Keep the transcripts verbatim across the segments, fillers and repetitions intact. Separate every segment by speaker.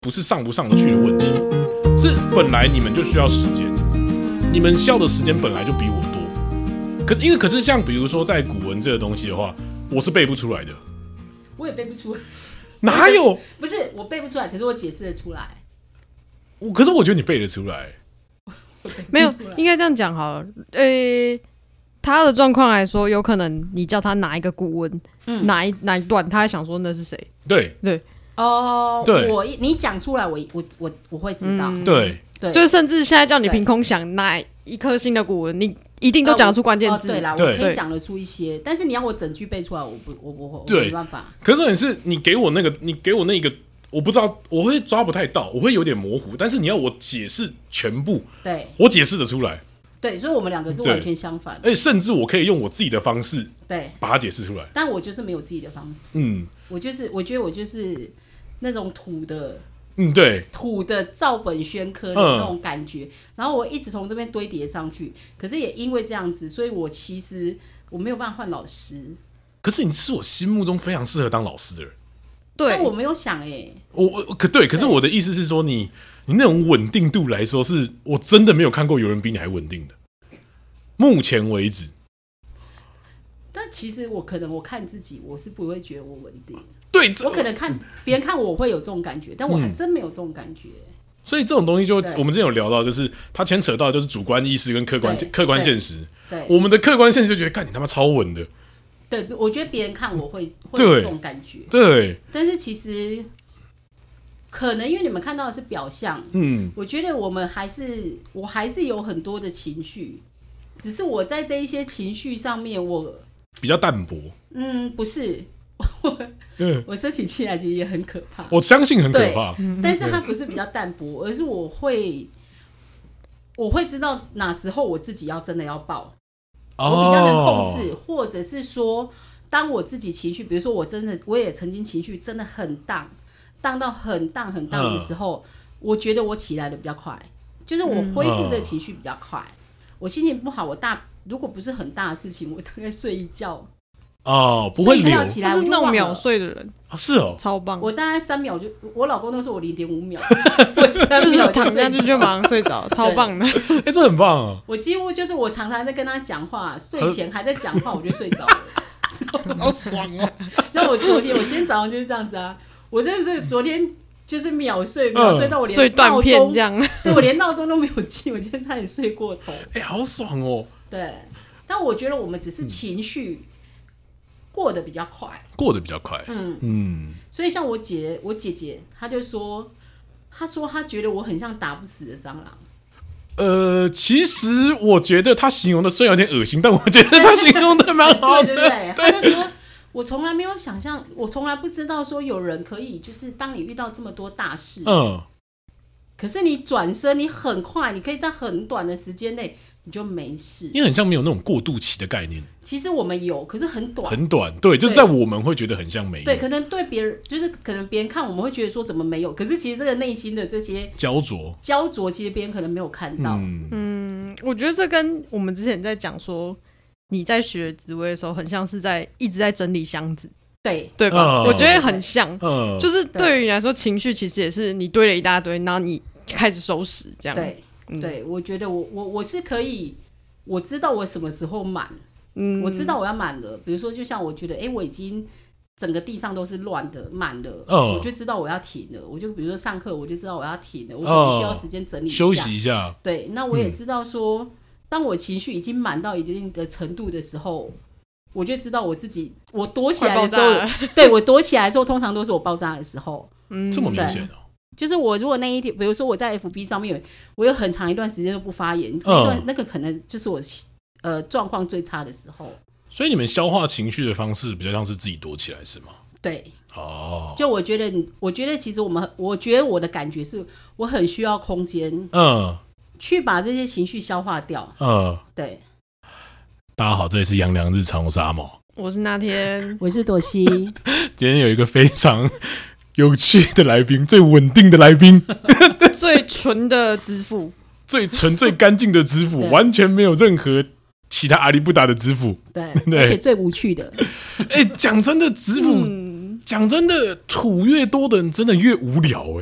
Speaker 1: 不是上不上得去的问题，是本来你们就需要时间，你们需要的时间本来就比我多。可是因为可是像比如说在古文这个东西的话，我是背不出来的。
Speaker 2: 我也背不出来。
Speaker 1: 哪有？
Speaker 2: 不是我背不出来，可是我解释得出来。
Speaker 1: 我可是我觉得你背得出来。
Speaker 3: 没有，应该这样讲好了。呃，他的状况来说，有可能你叫他拿一个古文，嗯、哪一哪一段，他还想说那是谁？
Speaker 1: 对
Speaker 3: 对。
Speaker 2: 哦，我你讲出来我，我我我会知道。
Speaker 3: 嗯、
Speaker 1: 对
Speaker 3: 对，就是甚至现在叫你凭空想哪一颗星的古文，你一定都讲得出关键字。
Speaker 2: 呃哦、对啦，我可以讲得出一些，但是你要我整句背出来，我不，我不，我没办法。
Speaker 1: 可是重点是你给我那个，你给我那个，我不知道，我会抓不太到，我会有点模糊。但是你要我解释全部，
Speaker 2: 对，
Speaker 1: 我解释得出来。
Speaker 2: 对，所以我们两个是完全相反。
Speaker 1: 而且甚至我可以用我自己的方式，
Speaker 2: 对，
Speaker 1: 把它解释出来。
Speaker 2: 但我就是没有自己的方式。嗯，我就是，我觉得我就是那种土的。
Speaker 1: 嗯，对，
Speaker 2: 土的照本宣科的那种感觉、嗯，然后我一直从这边堆叠上去，可是也因为这样子，所以我其实我没有办法换老师。
Speaker 1: 可是你是我心目中非常适合当老师的人，
Speaker 3: 对，
Speaker 2: 但我没有想哎、欸，
Speaker 1: 我我可对，可是我的意思是说你，你你那种稳定度来说，是我真的没有看过有人比你还稳定的，目前为止。
Speaker 2: 但其实我可能我看自己，我是不会觉得我稳定。
Speaker 1: 对，
Speaker 2: 我可能看别人看我会有这种感觉，但我还真没有这种感觉。嗯、
Speaker 1: 所以这种东西就我们之前有聊到，就是它牵扯到就是主观意识跟客观客观现实。
Speaker 2: 对，
Speaker 1: 我们的客观现实就觉得，干你他妈超稳的。
Speaker 2: 对，我觉得别人看我会会有这种感觉。
Speaker 1: 对，
Speaker 2: 但是其实可能因为你们看到的是表象，嗯，我觉得我们还是我还是有很多的情绪，只是我在这一些情绪上面我
Speaker 1: 比较淡薄。
Speaker 2: 嗯，不是。我, 我生起气来其实也很可怕，
Speaker 1: 我相信很可怕，
Speaker 2: 但是它不是比较淡薄，而是我会我会知道哪时候我自己要真的要爆、哦、我比较能控制，或者是说当我自己情绪，比如说我真的我也曾经情绪真的很荡荡到很荡很荡的时候、嗯、我觉得我起来的比较快，就是我恢复这个情绪比较快、嗯、我心情不好，我大如果不是很大的事情，我大概睡一觉
Speaker 1: 哦，不会流，他
Speaker 3: 是那种秒睡的人、
Speaker 1: 哦、是哦，
Speaker 3: 超棒。
Speaker 2: 我大概三秒就，我老公都说我零点五秒，
Speaker 3: 我就是躺下去就马上睡着，超棒的。
Speaker 1: 哎、欸，这很棒啊！
Speaker 2: 我几乎就是我常常在跟他讲话，睡前还在讲话，我就睡着了，
Speaker 1: 好爽哦！
Speaker 2: 像我昨天，我今天早上就是这样子啊，我真的是昨天就是秒睡，秒睡到我连
Speaker 3: 睡断片这样，
Speaker 2: 对我连闹钟都没有记，我今天差点睡过头。
Speaker 1: 哎、欸，好爽哦！
Speaker 2: 对，但我觉得我们只是情绪。过得比较快，
Speaker 1: 过得比较快，嗯
Speaker 2: 嗯，所以像我姐，我姐姐，她就说，她说她觉得我很像打不死的蟑螂。
Speaker 1: 呃，其实我觉得她形容的虽然有点恶心，但我觉得她形容的蛮好的，
Speaker 2: 对对对。她就说，我从来没有想象，我从来不知道说有人可以，就是当你遇到这么多大事，嗯，可是你转身，你很快，你可以在很短的时间内。你就没事，
Speaker 1: 因为很像没有那种过渡期的概念。
Speaker 2: 其实我们有，可是很短，
Speaker 1: 很短。对，就是在我们会觉得很像没有。
Speaker 2: 对，可能对别人，就是可能别人看我们会觉得说怎么没有，可是其实这个内心的这些
Speaker 1: 焦灼，
Speaker 2: 焦灼，其实别人可能没有看到。
Speaker 3: 嗯, 嗯，我觉得这跟我们之前在讲说你在学紫微的时候，很像是在一直在整理箱子。
Speaker 2: 对
Speaker 3: 对吧、嗯？我觉得很像，
Speaker 1: 嗯，
Speaker 3: 就是对于你来说，情绪其实也是你堆了一大堆，然后你开始收拾这样。
Speaker 2: 对。对，我觉得我我我是可以，我知道我什么时候满，嗯，我知道我要满了。比如说，就像我觉得，哎，我已经整个地上都是乱的，满了，哦、我就知道我要停了。我就比如说上课，我就知道我要停了，我可能需要时间整理一下、
Speaker 1: 休息一下。
Speaker 2: 对，那我也知道说，嗯、当我情绪已经满到一定的程度的时候，我就知道我自己，我躲起来的时候，对我躲起来的时候，通常都是我爆炸的时候。
Speaker 1: 嗯，这么明显哦。
Speaker 2: 就是我如果那一天，比如说我在 F B 上面有，我有很长一段时间都不发言，那段、嗯、那个可能就是我呃状况最差的时候。
Speaker 1: 所以你们消化情绪的方式比较像是自己躲起来，是吗？
Speaker 2: 对，
Speaker 1: 哦，
Speaker 2: 就我觉得，我觉得其实我们，我觉得我的感觉是我很需要空间，嗯，去把这些情绪消化掉，嗯，对。
Speaker 1: 大家好，这里是杨良日常，我是阿毛，
Speaker 3: 我是那天，
Speaker 2: 我是朵西，
Speaker 1: 今天有一个非常有趣的来宾，最稳定的来宾，
Speaker 3: 最纯的支付，
Speaker 1: 最纯最干净的支付，完全没有任何其他阿里不达的支付，
Speaker 2: 对，而且最无趣的。
Speaker 1: 哎、欸，讲真的，支付，讲、嗯、真的，土越多的人真的越无聊哎、欸。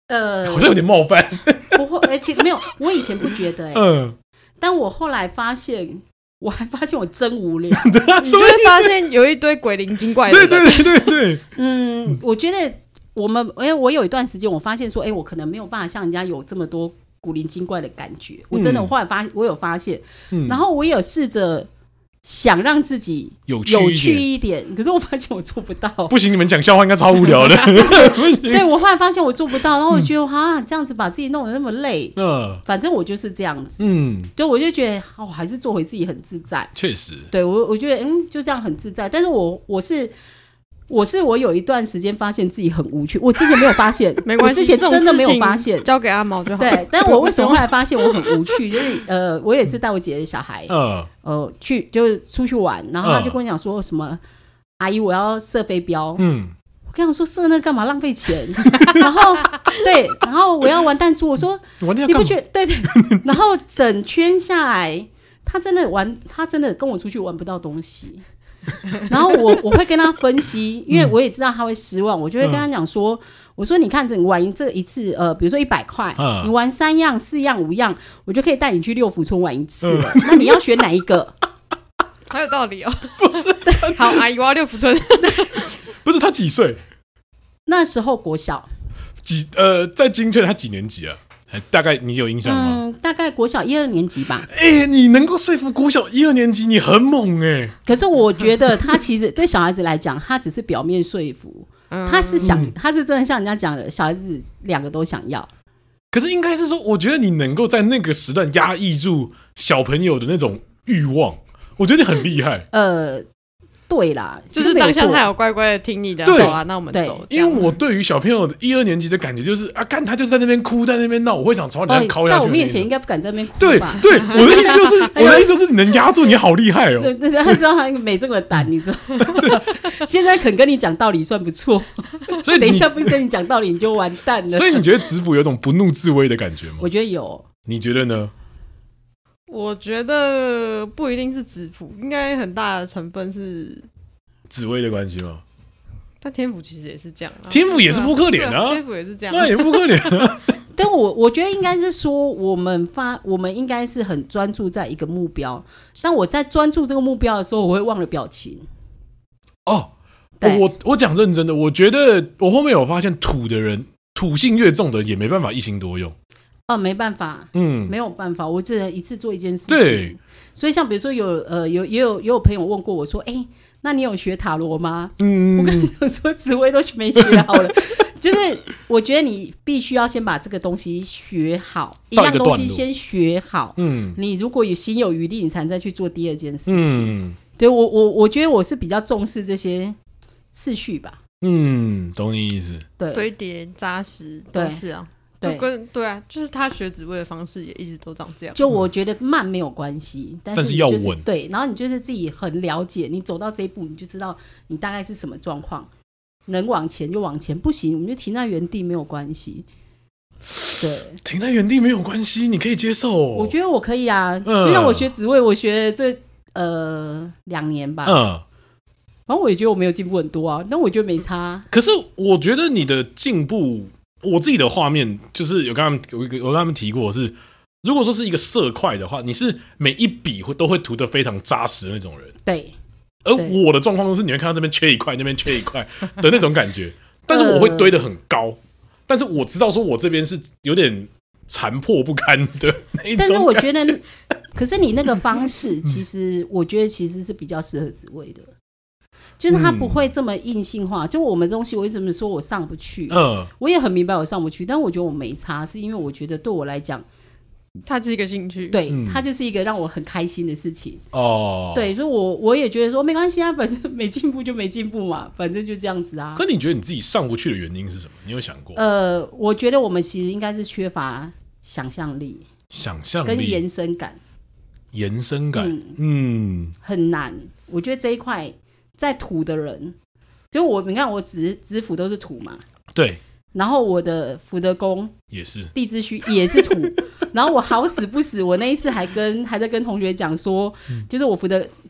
Speaker 2: 呃，
Speaker 1: 好像有点冒犯。
Speaker 2: 不会，而且没有，我以前不觉得、欸，嗯，但我后来发现，我还发现我真无聊。
Speaker 3: 对啊，你就会发现有一堆鬼灵精怪的人。
Speaker 1: 对对对对对。
Speaker 2: 嗯，我觉得我们，因为我有一段时间，我发现说，哎、欸，我可能没有办法像人家有这么多古灵精怪的感觉。我真的，我后来发，我有发现，嗯、然后我也有试着。想让自己有趣一点，可是我发现我做不到。
Speaker 1: 不行，你们讲笑话应该超无聊的。
Speaker 2: 对，我后来发现我做不到，然后我觉得哈、嗯，这样子把自己弄得那么累。嗯，反正我就是这样子。嗯，就我就觉得哦，还是做回自己很自在。
Speaker 1: 确实，
Speaker 2: 对我我觉得嗯，就这样很自在。但是我我是我是我有一段时间发现自己很无趣，我之前没有发现，
Speaker 3: 没关系，
Speaker 2: 我之前真的没有发现，
Speaker 3: 交给阿毛就好。
Speaker 2: 对，但我为什么后来发现我很无趣？就是呃，我也是带我姐姐的小孩，嗯，呃，去就是出去玩，然后他就跟我讲说什么，嗯、阿姨我要射飞镖，嗯，我跟他说射那干嘛浪费钱？然后对，然后我要玩弹珠，我说你不觉得对对？然后整圈下来，他真的玩，他真的跟我出去玩不到东西。然后我我会跟他分析，因为我也知道他会失望，我就会跟他讲说，嗯、我说你看，你玩这一次，呃，比如说一百块，嗯、你玩三样、四样、五样，我就可以带你去六福村玩一次了。嗯、那你要选哪一个？
Speaker 3: 好有道理哦。
Speaker 1: 不是，
Speaker 3: 好，阿姨我要六福村。
Speaker 1: 不是他几岁？
Speaker 2: 那时候国小。
Speaker 1: 几呃，在精确他几年级啊？大概你有印象吗？
Speaker 2: 嗯，大概国小一二年级吧。
Speaker 1: 哎、欸，你能够说服国小一二年级，你很猛哎、欸。
Speaker 2: 可是我觉得他其实对小孩子来讲，他只是表面说服，嗯、他是想，他是真的像人家讲的，小孩子两个都想要。
Speaker 1: 可是应该是说，我觉得你能够在那个时段压抑住小朋友的那种欲望，我觉得你很厉害。
Speaker 2: 呃。对啦，
Speaker 3: 就是当下他有乖乖的听你的，好啊，那我们走。
Speaker 1: 因为我对于小朋友的一二年级的感觉就是啊，干他就是在那边哭，在那边闹，我会想朝你那敲下去、哦。
Speaker 2: 在我面前应该不敢在那边哭吧？
Speaker 1: 对对，我的意思就是，我的意思就是你能压住，你好厉害哦。
Speaker 2: 对对，他知道他没这么胆，你知道。现在肯跟你讲道理算不错，所以等一下不跟你讲道理你就完蛋了。
Speaker 1: 所以你觉得子府有种不怒自威的感觉吗？
Speaker 2: 我觉得有。
Speaker 1: 你觉得呢？
Speaker 3: 我觉得不一定是子府，应该很大的成分是。
Speaker 1: 紫薇的关系吗？
Speaker 3: 但天府其实也是这样、啊，
Speaker 1: 天府也是扑克脸啊，
Speaker 3: 天府也是这样、
Speaker 1: 啊，那也扑克脸啊。
Speaker 2: 但我我觉得应该是说，我们发我们应该是很专注在一个目标。但我在专注这个目标的时候，我会忘了表情。
Speaker 1: 哦，我我讲认真的，我觉得我后面有发现，土的人土性越重的也没办法一心多用。
Speaker 2: 哦，没办法，嗯，没有办法，我只能一次做一件事情。
Speaker 1: 对，
Speaker 2: 所以像比如说有呃有也有也有朋友问过我说，哎、欸。那你有学塔罗吗？嗯，我跟你讲说，紫薇都没学好了。就是我觉得你必须要先把这个东西学好，一样东西先学好。嗯，你如果有心有余力，你才能再去做第二件事情。嗯，对我我我觉得我是比较重视这些次序吧。
Speaker 1: 嗯，懂你意思。
Speaker 2: 对，
Speaker 3: 堆叠扎实都是啊。就跟对啊，就是他学紫薇的方式也一直都长这样。
Speaker 2: 就我觉得慢没有关系，但是、就是、
Speaker 1: 但是要稳。
Speaker 2: 对，然后你就是自己很了解，你走到这一步，你就知道你大概是什么状况，能往前就往前，不行我们就停在原地没有关系。对，
Speaker 1: 停在原地没有关系，你可以接受、哦。我
Speaker 2: 觉得我可以啊，嗯、就像我学紫薇，我学这呃两年吧，嗯。然后我也觉得我没有进步很多啊，但我觉得没差。
Speaker 1: 可是我觉得你的进步。我自己的画面就是有跟他们，我我跟他们提过是，如果说是一个色块的话，你是每一笔会都会涂得非常扎实的那种人。
Speaker 2: 对。
Speaker 1: 而我的状况都是，你会看到这边缺一块，那边缺一块的那种感觉，但是我会堆得很高，呃、但是我知道说我这边是有点残破不堪的那一种。
Speaker 2: 但是我觉得，可是你那个方式，其实我觉得其实是比较适合紫薇的。就是他不会这么硬性化，嗯、就我们东西，我一直说我上不去，嗯，我也很明白我上不去，但我觉得我没差，是因为我觉得对我来讲，
Speaker 3: 它是一个兴趣，
Speaker 2: 对，它、嗯、就是一个让我很开心的事情哦。对，所以我我也觉得说没关系啊，反正没进步就没进步嘛，反正就这样子啊。
Speaker 1: 可你觉得你自己上不去的原因是什么？你有想过？
Speaker 2: 呃，我觉得我们其实应该是缺乏想象力、
Speaker 1: 想象力
Speaker 2: 跟延伸感、
Speaker 1: 延伸感，嗯，
Speaker 2: 嗯很难。我觉得这一块。在土的人，就我你看我子子府都是土嘛，
Speaker 1: 对，
Speaker 2: 然后我的福德宫
Speaker 1: 也是
Speaker 2: 地支戌也是土，然后我好死不死，我那一次还跟还在跟同学讲说，嗯、就是我福德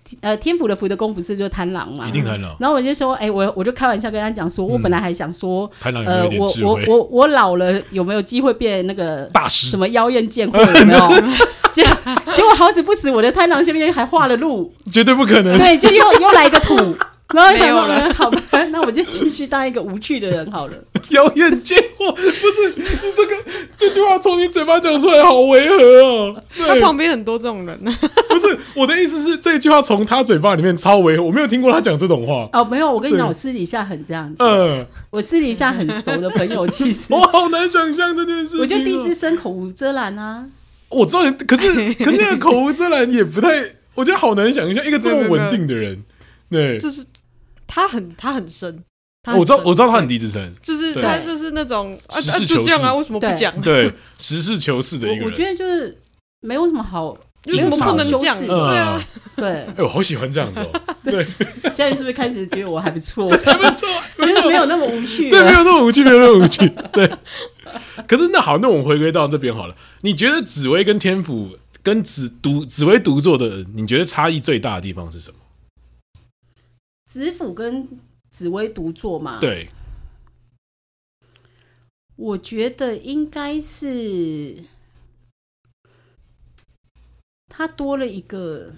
Speaker 2: 呃天府的福德宫不是就贪狼嘛，
Speaker 1: 一定贪狼。
Speaker 2: 然后我就说，哎、欸，我我就开玩笑跟他讲说，我本来还想说，
Speaker 1: 贪狼有没有点智慧？
Speaker 2: 呃、我我我我老了有没有机会变那个
Speaker 1: 大师？
Speaker 2: 什么妖艳贱货有没有？结结果好死不死，我的贪狼下面还画了路，
Speaker 1: 绝对不可能。
Speaker 2: 对，就又又来一个土。然后想说，好吧，那我就继续当一个无趣的人好了。
Speaker 1: 妖艳贱货，不是你这个这句话从你嘴巴讲出来，好违和哦。
Speaker 3: 他旁边很多这种人，
Speaker 1: 不是我的意思是，这句话从他嘴巴里面超违和，我没有听过他讲这种话。
Speaker 2: 哦，没有，我跟你讲，我私底下很这样子。嗯，我私底下很熟的朋友，其实
Speaker 1: 我好难想象这件事情。
Speaker 2: 我就地之生口无遮拦啊。
Speaker 1: 我知道，可是可是那个口无遮拦也不太，我觉得好难想象一个这么稳定的人，对，
Speaker 3: 就是。他很他很深，他
Speaker 1: 很深我知道我知道他很低智深，
Speaker 3: 就是他就是那种啊
Speaker 1: 实事求是、
Speaker 3: 啊、就这样啊，为什么不讲？
Speaker 1: 对，实事求是的一个人。
Speaker 2: 我, 我觉得就是没有什么好，
Speaker 3: 有什么不能讲？对啊，
Speaker 2: 对。
Speaker 1: 哎、欸，我好喜欢这样子哦。对，
Speaker 2: 现在是不是开始觉得我还不错？
Speaker 1: 还不错，
Speaker 2: 就是没有那么无趣。
Speaker 1: 对，没有那么无趣，没有那么无趣。对。可是那好，那我们回归到这边好了。你觉得紫微跟天府跟紫独紫微独坐的人，你觉得差异最大的地方是什么？
Speaker 2: 紫府跟紫微独坐嘛，
Speaker 1: 对，
Speaker 2: 我觉得应该是它多了一个，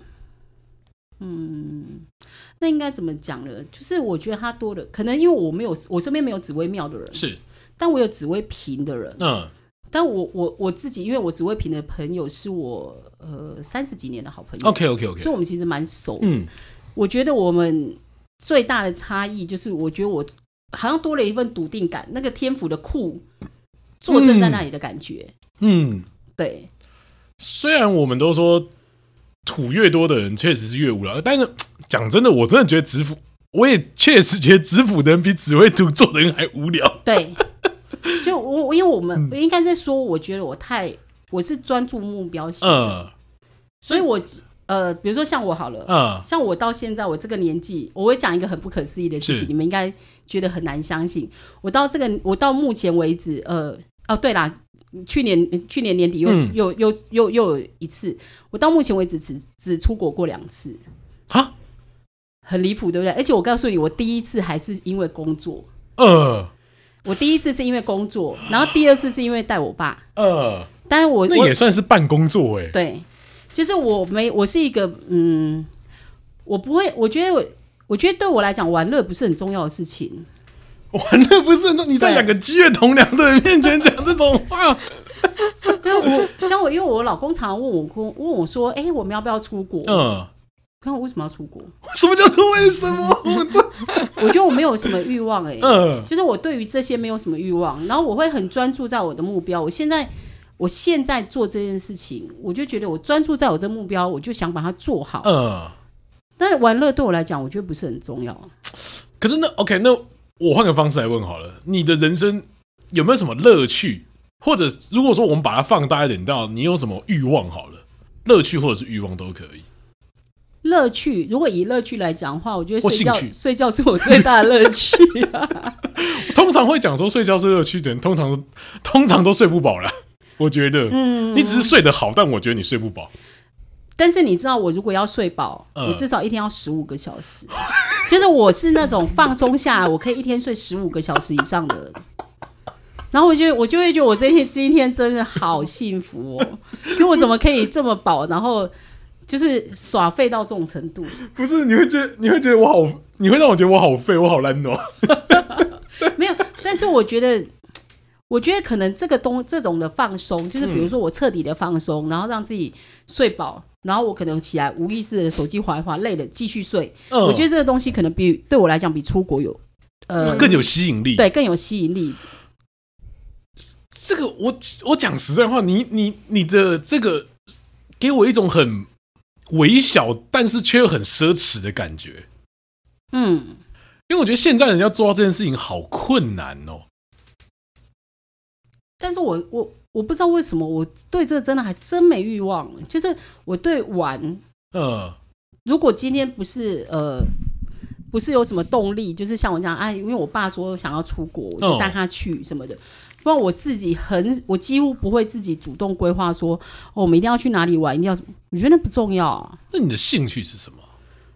Speaker 2: 嗯，那应该怎么讲呢？就是我觉得它多了，可能因为我没有，我身边没有紫微庙的人，
Speaker 1: 是，
Speaker 2: 但我有紫微平的人，
Speaker 1: 嗯，
Speaker 2: 但我我我自己，因为我紫微平的朋友是我呃三十几年的好朋友
Speaker 1: ，OK OK OK，
Speaker 2: 所以我们其实蛮熟，
Speaker 1: 嗯，
Speaker 2: 我觉得我们。最大的差异就是，我觉得我好像多了一份笃定感，那个天府的库坐镇在那里的感觉。嗯，对。
Speaker 1: 虽然我们都说土越多的人确实是越无聊，但是讲真的，我真的觉得紫府，我也确实觉得紫府的人比紫微独坐的人还无聊。
Speaker 2: 对，就我因为我们、嗯、应该在说，我觉得我太我是专注目标型的，嗯，所以我。呃，比如说像我好了，嗯，像我到现在我这个年纪，我会讲一个很不可思议的事情，你们应该觉得很难相信。我到这个，我到目前为止，呃，哦，对啦，去年去年年底又、嗯、又又又又有一次，我到目前为止只只出国过两次，
Speaker 1: 哈，
Speaker 2: 很离谱，对不对？而且我告诉你，我第一次还是因为工作，呃，我第一次是因为工作，然后第二次是因为带我爸，呃，但是我
Speaker 1: 那也算是半工作哎、欸，
Speaker 2: 对。就是我没，我是一个嗯，我不会，我觉得我，我觉得对我来讲，玩乐不是很重要的事情。
Speaker 1: 玩乐不是很重要，你在两个激越同僚的人面前讲这种话。
Speaker 2: 对，我像我，因为我老公常问我，问我说：“哎、欸，我们要不要出国？”嗯，看我为什么要出国？
Speaker 1: 什么叫做为什么？
Speaker 2: 我觉得我没有什么欲望、欸，哎，嗯，就是我对于这些没有什么欲望，然后我会很专注在我的目标。我现在。我现在做这件事情，我就觉得我专注在我这目标，我就想把它做好。嗯，但玩乐对我来讲，我觉得不是很重要。
Speaker 1: 可是那 OK， 那我换个方式来问好了，你的人生有没有什么乐趣？或者如果说我们把它放大一点到，你有什么欲望好了？乐趣或者是欲望都可以。
Speaker 2: 乐趣，如果以乐趣来讲的话，我觉得睡觉睡觉是我最大的乐趣、啊。
Speaker 1: 通常会讲说睡觉是乐趣的人，通常通常都睡不饱啦。我觉得，嗯，你只是睡得好，但我觉得你睡不饱。
Speaker 2: 但是你知道，我如果要睡饱，嗯、我至少一天要十五个小时。就是我是那种放松下来，我可以一天睡十五个小时以上的人。然后我就我就会觉得我这天今天真的好幸福哦，因为我怎么可以这么饱，然后就是耍废到这种程度？
Speaker 1: 不是，你会觉得你会觉得我好，你会让我觉得我好废，我好懒哦。
Speaker 2: 没有，但是我觉得。我觉得可能这个东这种的放松，就是比如说我彻底的放松、嗯，然后让自己睡饱，然后我可能起来无意识的手机滑一滑，累了继续睡、嗯。我觉得这个东西可能比对我来讲比出国有呃
Speaker 1: 更有吸引力，
Speaker 2: 对，更有吸引力。
Speaker 1: 这个我我讲实在话，你你你的这个给我一种很微小，但是却又很奢侈的感觉。嗯，因为我觉得现在人要做到这件事情好困难哦。
Speaker 2: 但是我我我不知道为什么我对这真的还真没欲望，就是我对玩，呃，如果今天不是呃不是有什么动力，就是像我这样，哎，因为我爸说想要出国，我就带他去什么的。不然我自己很，我几乎不会自己主动规划说、哦，我们一定要去哪里玩，一定要什么。我觉得那不重要啊。
Speaker 1: 那你的兴趣是什么？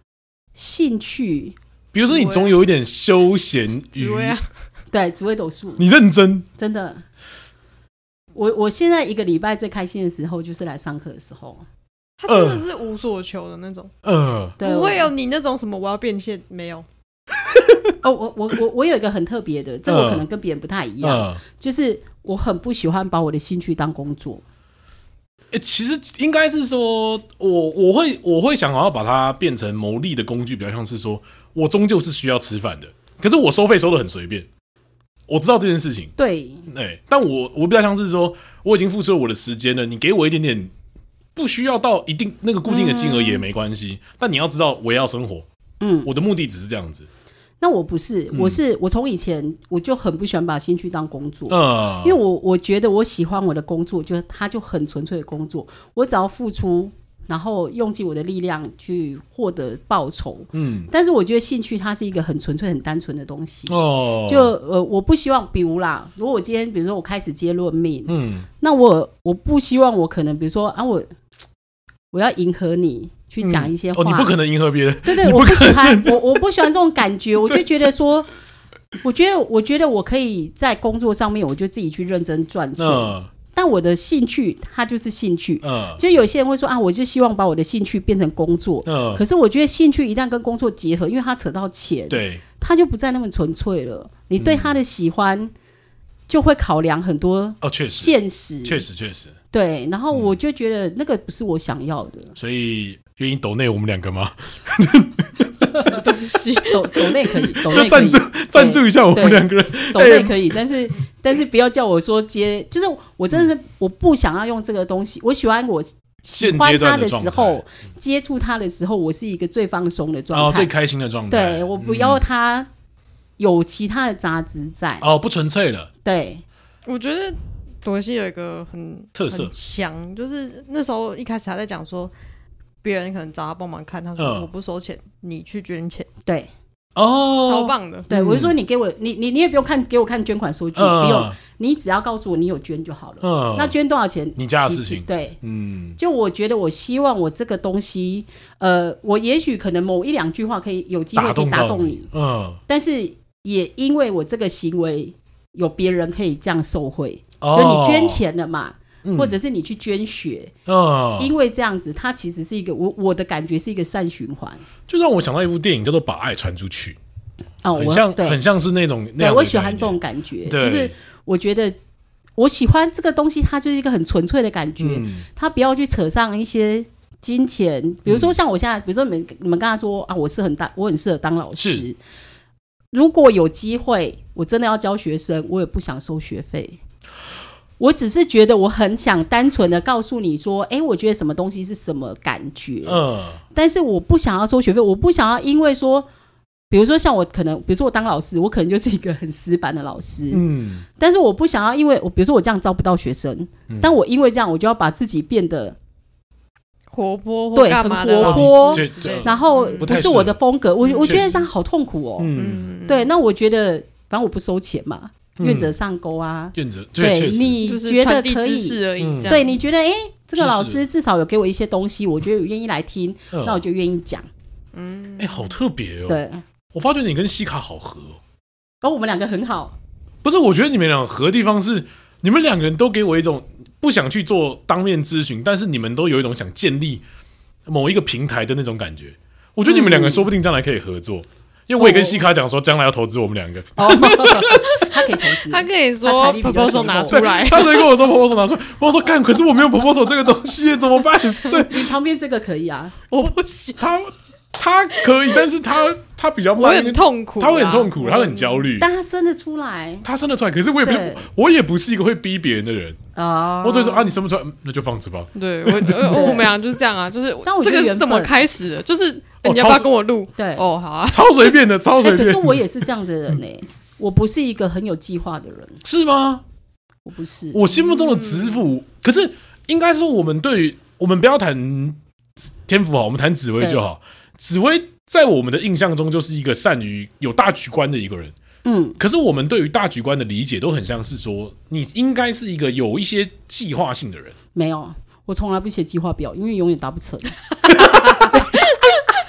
Speaker 2: 兴趣，
Speaker 1: 比如说你总有一点休闲娱，
Speaker 3: 啊、
Speaker 2: 对，紫微斗数，
Speaker 1: 你认真，
Speaker 2: 真的。我我现在一个礼拜最开心的时候就是来上课的时候，
Speaker 3: 他真的是无所求的那种，
Speaker 1: 嗯、
Speaker 3: 呃，不会有你那种什么我要变现没有。
Speaker 2: 哦，我我我我有一个很特别的，这我可能跟别人不太一样，嗯、就是我很不喜欢把我的兴趣当工作。
Speaker 1: 欸、其实应该是说，我我会我会想要把它变成牟利的工具，比较像是说我终究是需要吃饭的，可是我收费收得很随便。我知道这件事情，
Speaker 2: 对，
Speaker 1: 欸、但我我比较像是说，我已经付出了我的时间了，你给我一点点，不需要到一定那个固定的金额也没关系，嗯、但你要知道我也要生活，嗯，我的目的只是这样子。
Speaker 2: 那我不是，我是、嗯、我从以前我就很不喜欢把兴趣当工作，嗯，因为我我觉得我喜欢我的工作，就它就很纯粹的工作，我只要付出，然后用尽我的力量去获得报酬，嗯，但是我觉得兴趣它是一个很纯粹、很单纯的东西，哦，就呃，我不希望，比如啦，如果我今天比如说我开始接论命，嗯，那我我不希望我可能比如说啊我我要迎合你。去讲一些话、
Speaker 1: 嗯哦，你不可能迎合别人。
Speaker 2: 对对，我不喜欢，我我不喜欢这种感觉。我就觉得说，我觉得我觉得我可以在工作上面，我就自己去认真赚钱。嗯、但我的兴趣，它就是兴趣。嗯、就有些人会说啊，我就希望把我的兴趣变成工作。嗯、可是我觉得兴趣一旦跟工作结合，因为它扯到钱，
Speaker 1: 对，
Speaker 2: 它就不再那么纯粹了。你对他的喜欢，嗯、就会考量很多
Speaker 1: 哦，确实，
Speaker 2: 现实，
Speaker 1: 确实确实。
Speaker 2: 对，然后我就觉得那个不是我想要的，
Speaker 1: 所以愿意抖内我们两个吗？
Speaker 2: 东西抖抖内可以，抖内
Speaker 1: 就赞助赞助一下我们两个人，
Speaker 2: 抖内可以，但是但是不要叫我说接，就是我真的是我不想要用这个东西，我喜欢我喜欢他的时候，接触他的时候，我是一个最放松的状态，
Speaker 1: 哦，最开心的状态。
Speaker 2: 对，我不要他有其他的杂质在，
Speaker 1: 哦，不纯粹了。
Speaker 2: 对，
Speaker 3: 我觉得。朵西有一个很
Speaker 1: 特色，
Speaker 3: 很强，就是那时候一开始他在讲说，别人可能找他帮忙看，他说、嗯、我不收钱，你去捐钱，
Speaker 2: 对，
Speaker 3: 哦，超棒的，
Speaker 2: 对、嗯、我就说你给我，你你你也不用看给我看捐款收据，嗯、不用，你只要告诉我你有捐就好了，嗯、那捐多少钱，
Speaker 1: 你家的事情，
Speaker 2: 对，嗯，就我觉得我希望我这个东西，呃，我也许可能某一两句话可以有机会可以打动你，嗯，但是也因为我这个行为，有别人可以这样受惠。就你捐钱了嘛、哦、或者是你去捐血、嗯、因为这样子它其实是一个 我, 我的感觉是一个善循环，
Speaker 1: 就让我想到一部电影叫做把爱传出去、哦、很像很像是那种那样的，
Speaker 2: 对，我喜欢这种感觉，就是我觉得我喜欢这个东西，它就是一个很纯粹的感觉、嗯、它不要去扯上一些金钱，比如说像我现在比如说你们你们刚才说啊，我是很大我很适合当老师，如果有机会我真的要教学生，我也不想收学费，我只是觉得我很想单纯的告诉你说，哎，我觉得什么东西是什么感觉，嗯，但是我不想要收学费，我不想要因为说，比如说像我可能，比如说我当老师，我可能就是一个很死板的老师，嗯，但是我不想要因为我，比如说我这样招不到学生，嗯、但我因为这样，我就要把自己变得
Speaker 3: 活泼或
Speaker 2: 对，
Speaker 3: 干嘛的，
Speaker 2: 很活泼，然后
Speaker 1: 不
Speaker 2: 是我的风格，嗯、我我觉得这样好痛苦哦，嗯，对，那我觉得反正我不收钱嘛。愿者上钩啊，
Speaker 1: 愿者
Speaker 2: 对，你觉得可以，
Speaker 3: 而已嗯、
Speaker 2: 对，你觉得哎，这个老师至少有给我一些东西，我觉得我愿意来听，嗯、那我就愿意讲。
Speaker 1: 嗯，哎，好特别哦。
Speaker 2: 对，
Speaker 1: 我发觉你跟西卡好合哦。
Speaker 2: 然后我们两个很好。
Speaker 1: 不是，我觉得你们两个合的地方是，你们两个人都给我一种不想去做当面咨询，但是你们都有一种想建立某一个平台的那种感觉。我觉得你们两个说不定将来可以合作。嗯因为我也跟西卡讲说，将来要投资我们两个。哦，
Speaker 2: 他可以投资，
Speaker 3: 他可以说 proposal 拿出来，
Speaker 1: 他直接跟我说 proposal 拿出来。我说干，可是我没有 proposal 这个东西，怎么办？对，
Speaker 2: 你旁边这个可以啊，
Speaker 3: 我不行。
Speaker 1: 他他可以，但是他他比较慢，
Speaker 3: 我很痛苦、啊，
Speaker 1: 他会很痛苦，他很焦虑。
Speaker 2: 但他生得出来，
Speaker 1: 他生得出来，可是我也不是，我也不是一个会逼别人的人啊。我只会说啊，你生不出来，那就放着吧。
Speaker 3: 对，我我们俩就是这样啊，就是这个是怎么开始的？就是。欸、你要不要跟我录？
Speaker 2: 对，
Speaker 3: 哦，好啊，
Speaker 1: 超随便的，超随便、
Speaker 2: 欸。可是我也是这样子的人呢、欸，我不是一个很有计划的人，
Speaker 1: 是吗？
Speaker 2: 我不是，
Speaker 1: 我心目中的紫府、嗯，可是应该说，我们对于我们不要谈天府好，我们谈紫微就好。紫微在我们的印象中就是一个善于有大局观的一个人，嗯，可是我们对于大局观的理解都很像是说，你应该是一个有一些计划性的人。
Speaker 2: 没有，我从来不写计划表，因为永远达不成。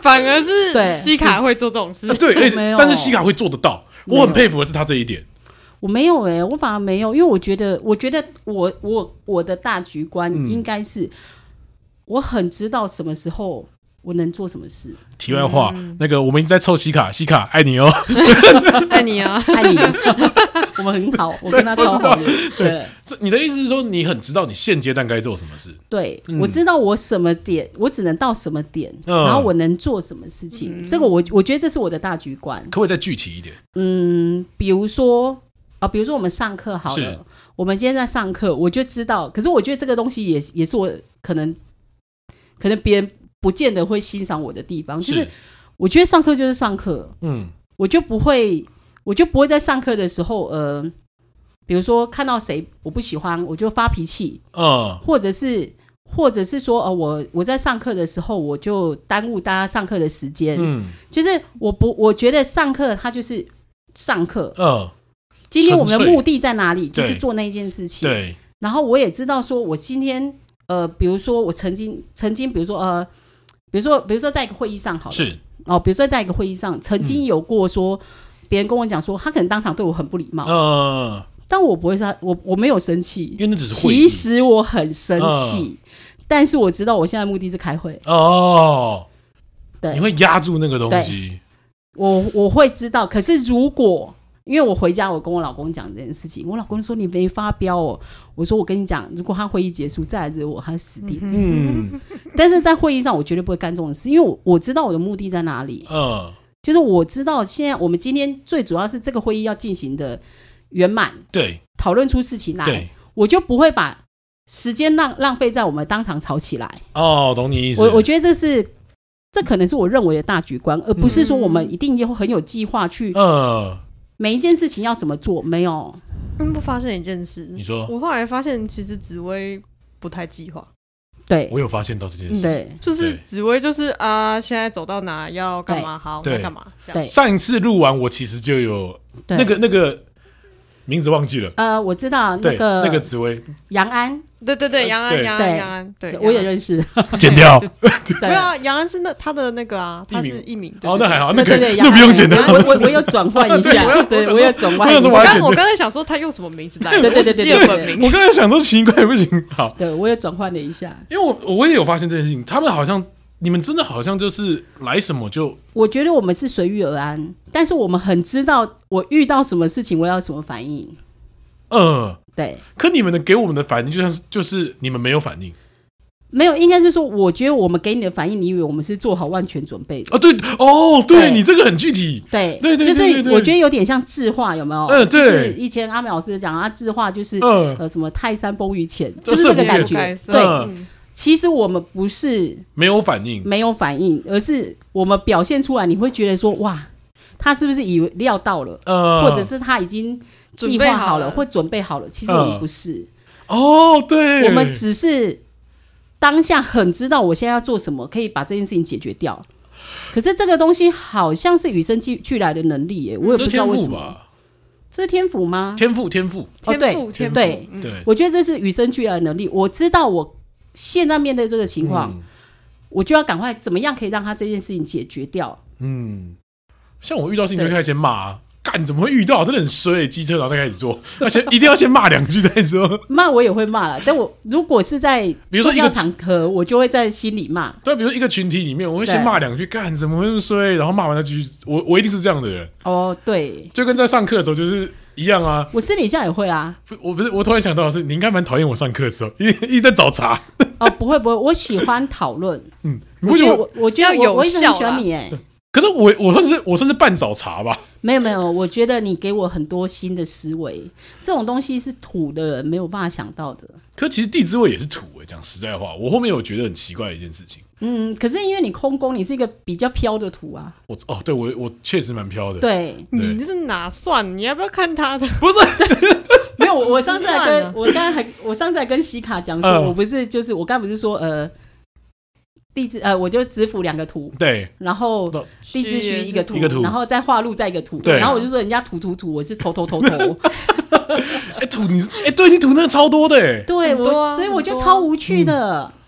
Speaker 3: 反而是西卡会做这种事。
Speaker 1: 对，但是西卡会做得到，我很佩服的是他这一点。
Speaker 2: 我没有哎、欸，我反而没有，因为我觉得，我觉得我我我的大局观应该是，我很知道什么时候我能做什么事。
Speaker 1: 题外话，嗯、那个我们一直在凑西卡，西卡爱你哦，
Speaker 3: 爱你啊，
Speaker 2: 爱你，我们很好，我跟他超好的。对，
Speaker 1: 你的意思是说，你很知道你现阶段该做什么事？
Speaker 2: 对，嗯、我知道我什么点，我只能到什么点，嗯、然后我能做什么事情。嗯、这个我我觉得这是我的大局观。
Speaker 1: 可不可以再具体一点？
Speaker 2: 嗯，比如说。啊，比如说我们上课好了，我们现在在上课，我就知道。可是我觉得这个东西也也是我可能可能别人不见得会欣赏我的地方，就是我觉得上课就是上课，嗯，我就不会，我就不会在上课的时候，呃，比如说看到谁我不喜欢，我就发脾气，嗯，或者是或者是说，呃，我我在上课的时候，我就耽误大家上课的时间，嗯，就是我不，我觉得上课它就是上课，嗯。今天我们的目的在哪里？就是做那件事情。对。然后我也知道说，我今天呃，比如说我曾经曾经，比如说呃，比如说比如说在一个会议上好了，是哦，比如说在一个会议上，曾经有过说，别、嗯、人跟我讲说，他可能当场对我很不礼貌，嗯，但我不会说，我我没有生气，
Speaker 1: 因为那只是会议。
Speaker 2: 其实我很生气，嗯、但是我知道我现在目的是开会
Speaker 1: 哦，对，你会压住那个东西，
Speaker 2: 我我会知道，可是如果。因为我回家，我跟我老公讲这件事情，我老公说你没发飙哦。我说我跟你讲，如果他会议结束再来惹我，他死定了。嗯，但是在会议上，我绝对不会干这种事，因为 我, 我知道我的目的在哪里。嗯，就是我知道现在我们今天最主要是这个会议要进行的圆满，
Speaker 1: 对，
Speaker 2: 讨论出事情来，我就不会把时间浪浪费在我们当场吵起来。
Speaker 1: 哦，懂你意思。
Speaker 2: 我我觉得这是。这可能是我认为的大局观，而不是说我们一定要很有计划去。嗯。每一件事情要怎么做？没有。
Speaker 3: 嗯，不发现一件事。
Speaker 1: 你说。
Speaker 3: 我后来发现，其实紫薇不太计划。
Speaker 2: 对。
Speaker 1: 我有发现到这件事情。
Speaker 2: 对。
Speaker 3: 就是紫薇，就是啊，现在走到哪要干嘛？好，要干嘛？
Speaker 2: 对。
Speaker 1: 上一次录完，我其实就有那个那个名字忘记了。
Speaker 2: 呃，我知道那个
Speaker 1: 那个紫薇
Speaker 2: 杨安。
Speaker 3: 对对对，杨安，杨安，杨安，对，
Speaker 2: 我也认识。
Speaker 1: 剪掉。
Speaker 3: 对啊，杨安是那他的那个啊，他是艺名。
Speaker 1: 哦，那还好，那个
Speaker 2: 对
Speaker 1: 那不用剪掉。
Speaker 2: 我我我有转换一下，对，我有转换一下。
Speaker 3: 我刚我刚才想说他用什么名字来，
Speaker 2: 对对对对对，
Speaker 3: 本名。
Speaker 1: 我刚才想说奇怪不行，好，
Speaker 2: 对我也转换了一下，
Speaker 1: 因为我我也有发现这件事情，他们好像你们真的好像就是来什么就，
Speaker 2: 我觉得我们是随遇而安，但是我们很知道我遇到什么事情我要什么反应。
Speaker 1: 嗯。
Speaker 2: 对，
Speaker 1: 可你们的给我们的反应就像是就是你们没有反应，
Speaker 2: 没有，应该是说，我觉得我们给你的反应，你以为我们是做好万全准备的
Speaker 1: 哦？对哦，对你这个很具体，
Speaker 2: 对
Speaker 1: 对对，
Speaker 2: 就是我觉得有点像智化，有没有？
Speaker 1: 嗯，对。
Speaker 2: 就是以前阿美老师讲啊，智化就是呃什么泰山崩于前，就是这个感觉。对，其实我们不是
Speaker 1: 没有反应，
Speaker 2: 没有反应，而是我们表现出来，你会觉得说哇，他是不是以为料到了，或者是他已经。计划好了或准备好了，其实我们不是、
Speaker 1: 嗯、哦，对，
Speaker 2: 我们只是当下很知道我现在要做什么，可以把这件事情解决掉。可是这个东西好像是与生俱来的能力耶，我也不知道为什么。这是天赋吗？
Speaker 1: 天赋，天赋，
Speaker 2: 哦，对，天赋，对，对，我觉得这是与生俱来的能力。我知道我现在面对这个情况、嗯，我就要赶快怎么样可以让他这件事情解决掉。嗯，
Speaker 1: 像我遇到事情就开始先骂、啊。干怎么会遇到？真的很衰，机车然后再开始做，要先一定要先骂两句再说。
Speaker 2: 骂我也会骂啦，但我如果是在比如说一个场合，我就会在心里骂。
Speaker 1: 对，比如说一个群体里面，我会先骂两句，干怎么会那么衰？然后骂完再继续。我我一定是这样的人。
Speaker 2: 哦，对，
Speaker 1: 就跟在上课的时候就是一样啊。
Speaker 2: 我私底下也会啊。
Speaker 1: 我不是，我突然想到的是，你应该蛮讨厌我上课的时候，一一直在找茬。
Speaker 2: 哦，不会不会，我喜欢讨论。嗯，我觉得我我觉得我我一直很喜欢你哎。
Speaker 1: 可是我我算是我算是半找茬吧，
Speaker 2: 没有没有，我觉得你给我很多新的思维，这种东西是土的人没有办法想到的。
Speaker 1: 可其实地支位也是土诶、欸，讲实在话，我后面有觉得很奇怪的一件事情。
Speaker 2: 嗯，可是因为你空宫，你是一个比较飘的土啊。
Speaker 1: 我哦，对我我确实蛮飘的。
Speaker 2: 对，
Speaker 3: 你这是哪算？你要不要看他的？
Speaker 1: 不是，
Speaker 2: 没有，我上次还跟我刚刚还我上次还跟西卡讲说、嗯，我不是就是我刚才不是说呃。地支呃，我就只辅两个图，
Speaker 1: 对，
Speaker 2: 然后地支虚一个图，然后再画路再一个图，对，然后我就说人家土土土，我是头头头头。
Speaker 1: 哎、欸，土你哎、欸，对你土那个超多的哎，
Speaker 2: 对我，所以我就超无趣的。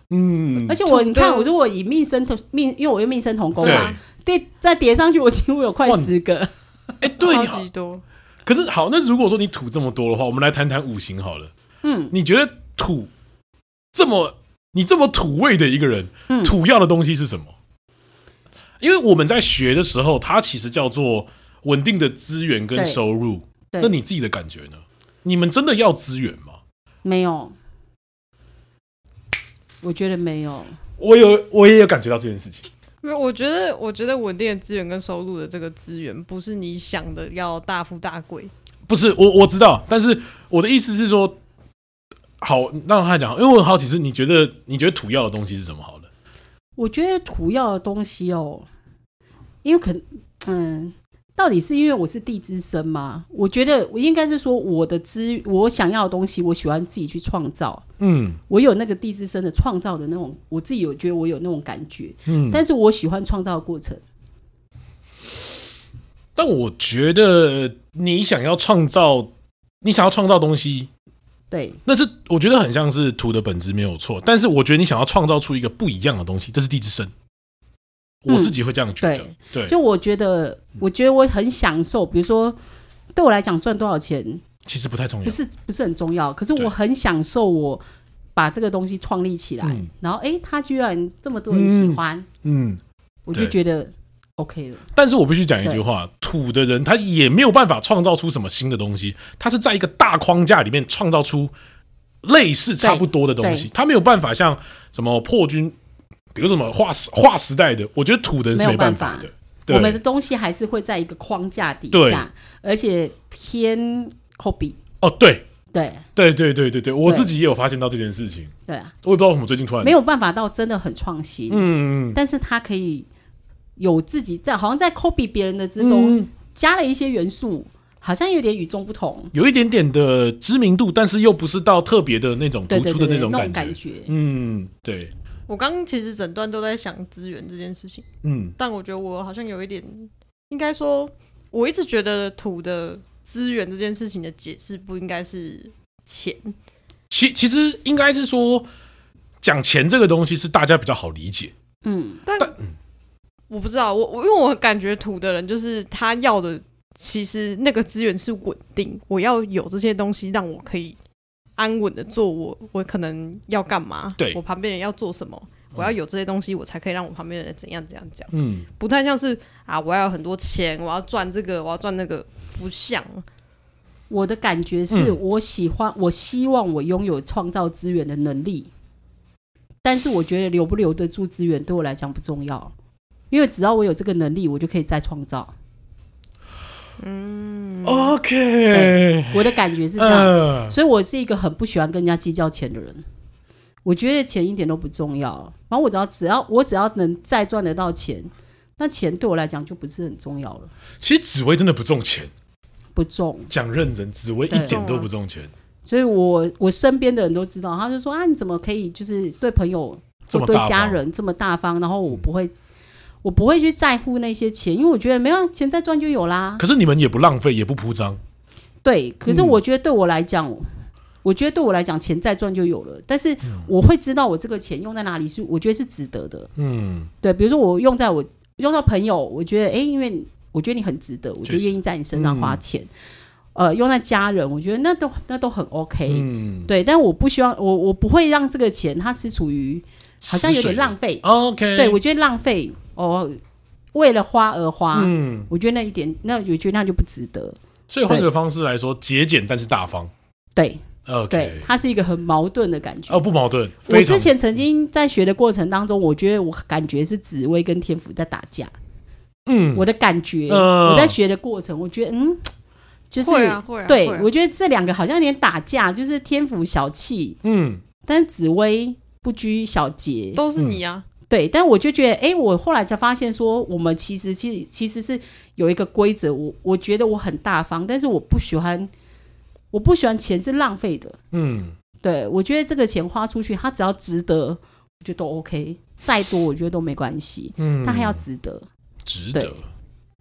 Speaker 1: 嗯，
Speaker 2: 而且我你看，我如果以命生同命，因为我用命生同宫嘛，叠再叠上去，我几乎有快十个。
Speaker 1: 哎、欸，对，
Speaker 3: 超级多。
Speaker 1: 可是好，那如果说你土这么多的话，我们来谈谈五行好了。嗯，你觉得土这么你这么土味的一个人，嗯、土要的东西是什么？因为我们在学的时候，它其实叫做稳定的资源跟收入。那你自己的感觉呢？你们真的要资源吗？
Speaker 2: 没有，我觉得没有。
Speaker 1: 我有，我也有感觉到这件事情。
Speaker 3: 我觉得，我觉得稳定的资源跟收入的这个资源，不是你想的要大富大贵。
Speaker 1: 不是，我我知道，但是我的意思是说，好，让他讲，因为我很好奇，是你觉得你觉得土要的东西是什么？好了，
Speaker 2: 我觉得土要的东西哦，因为可嗯。到底是因为我是地支生吗？我觉得我应该是说我的资，我想要的东西，我喜欢自己去创造。嗯，我有那个地支生的创造的那种，我自己有觉得我有那种感觉。嗯，但是我喜欢创造的过程。
Speaker 1: 但我觉得你想要创造，你想要创造东西，
Speaker 2: 对，
Speaker 1: 那是我觉得很像是土的本质没有错。但是我觉得你想要创造出一个不一样的东西，这是地支生。我自己会这样觉得，嗯、
Speaker 2: 对，对，就我觉得，我觉得我很享受。比如说，对我来讲，赚多少钱
Speaker 1: 其实不太重要，
Speaker 2: 不是不是很重要。可是我很享受我把这个东西创立起来，嗯、然后哎、欸，他居然这么多人喜欢，嗯，嗯我就觉得 OK 了。
Speaker 1: 但是我必须讲一句话：土的人他也没有办法创造出什么新的东西，他是在一个大框架里面创造出类似差不多的东西，他没有办法像什么破军。比如什么划划时代的，我觉得土的人是没办法的。
Speaker 2: 我们的东西还是会在一个框架底下，而且偏 copy。
Speaker 1: 哦，对，
Speaker 2: 对，
Speaker 1: 对，对，对，对，对，我自己也有发现到这件事情。
Speaker 2: 对啊，
Speaker 1: 我也不知道为什么最近突然
Speaker 2: 没有办法到真的很创新。嗯嗯，但是他可以有自己在，好像在 copy 别人的之中、嗯、加了一些元素，好像有点与众不同，
Speaker 1: 有一点点的知名度，但是又不是到特别的那种突出的那种感觉。对对对对，那种感觉。嗯，对。
Speaker 3: 我刚刚其实整段都在想资源这件事情，嗯，但我觉得我好像有一点，应该说，我一直觉得土的资源这件事情的解释不应该是钱，
Speaker 1: 其其实应该是说讲钱这个东西是大家比较好理解，
Speaker 3: 嗯，但, 但、嗯、我不知道，我我因为我感觉土的人就是他要的，其实那个资源是稳定，我要有这些东西让我可以。安稳的做我，我可能要干嘛？对，我旁边人要做什么？我要有这些东西，我才可以让我旁边的人怎样怎样讲。嗯，不太像是啊，我要有很多钱，我要赚这个，我要赚那个，不像。
Speaker 2: 我的感觉是我喜欢，嗯、我希望我拥有创造资源的能力，但是我觉得留不留得住资源对我来讲不重要，因为只要我有这个能力，我就可以再创造。
Speaker 1: 嗯 ，OK，
Speaker 2: 我的感觉是这样，呃、所以我是一个很不喜欢跟人家计较钱的人。我觉得钱一点都不重要，然后我只要只要我只要能再赚得到钱，那钱对我来讲就不是很重要了。
Speaker 1: 其实紫薇真的不重钱，
Speaker 2: 不重。
Speaker 1: 讲认真，紫薇一点都不重钱。
Speaker 2: 所以我我身边的人都知道，他就说啊，你怎么可以就是对朋友或对家人这么大方？然后我不会。嗯我不会去在乎那些钱，因为我觉得没有钱再赚就有啦。
Speaker 1: 可是你们也不浪费，也不铺张。
Speaker 2: 对，可是我觉得对我来讲，嗯、我觉得对我来讲，钱再赚就有了。但是我会知道我这个钱用在哪里是，我觉得是值得的。嗯，对，比如说我用在我用到朋友，我觉得哎、欸，因为我觉得你很值得，我就愿意在你身上花钱。嗯、呃，用在家人，我觉得那都那都很 OK。嗯，对，但我不希望我我不会让这个钱它是处于好像有点浪费。
Speaker 1: OK，
Speaker 2: 对我觉得浪费。哦，为了花而花，嗯，我觉得那一点，那我觉得那就不值得。
Speaker 1: 所以换个方式来说，节俭但是大方，
Speaker 2: 对
Speaker 1: ，OK，
Speaker 2: 对，它是一个很矛盾的感觉。
Speaker 1: 哦，不矛盾。
Speaker 2: 我之前曾经在学的过程当中，我觉得我感觉是紫微跟天府在打架。嗯，我的感觉，呃、我在学的过程，我觉得嗯，就是
Speaker 3: 会啊会啊，
Speaker 2: 对
Speaker 3: 啊、
Speaker 2: 我觉得这两个好像有点打架，就是天府小气，嗯，但是紫微不拘小节，
Speaker 3: 都是你啊。
Speaker 2: 嗯对，但我就觉得，哎，我后来才发现说，我们其实其实其实是有一个规则，我我觉得我很大方，但是我不喜欢，我不喜欢钱是浪费的。嗯，对，我觉得这个钱花出去，它只要值得，我觉得都 OK， 再多我觉得都没关系。嗯，它还要值得，
Speaker 1: 值得。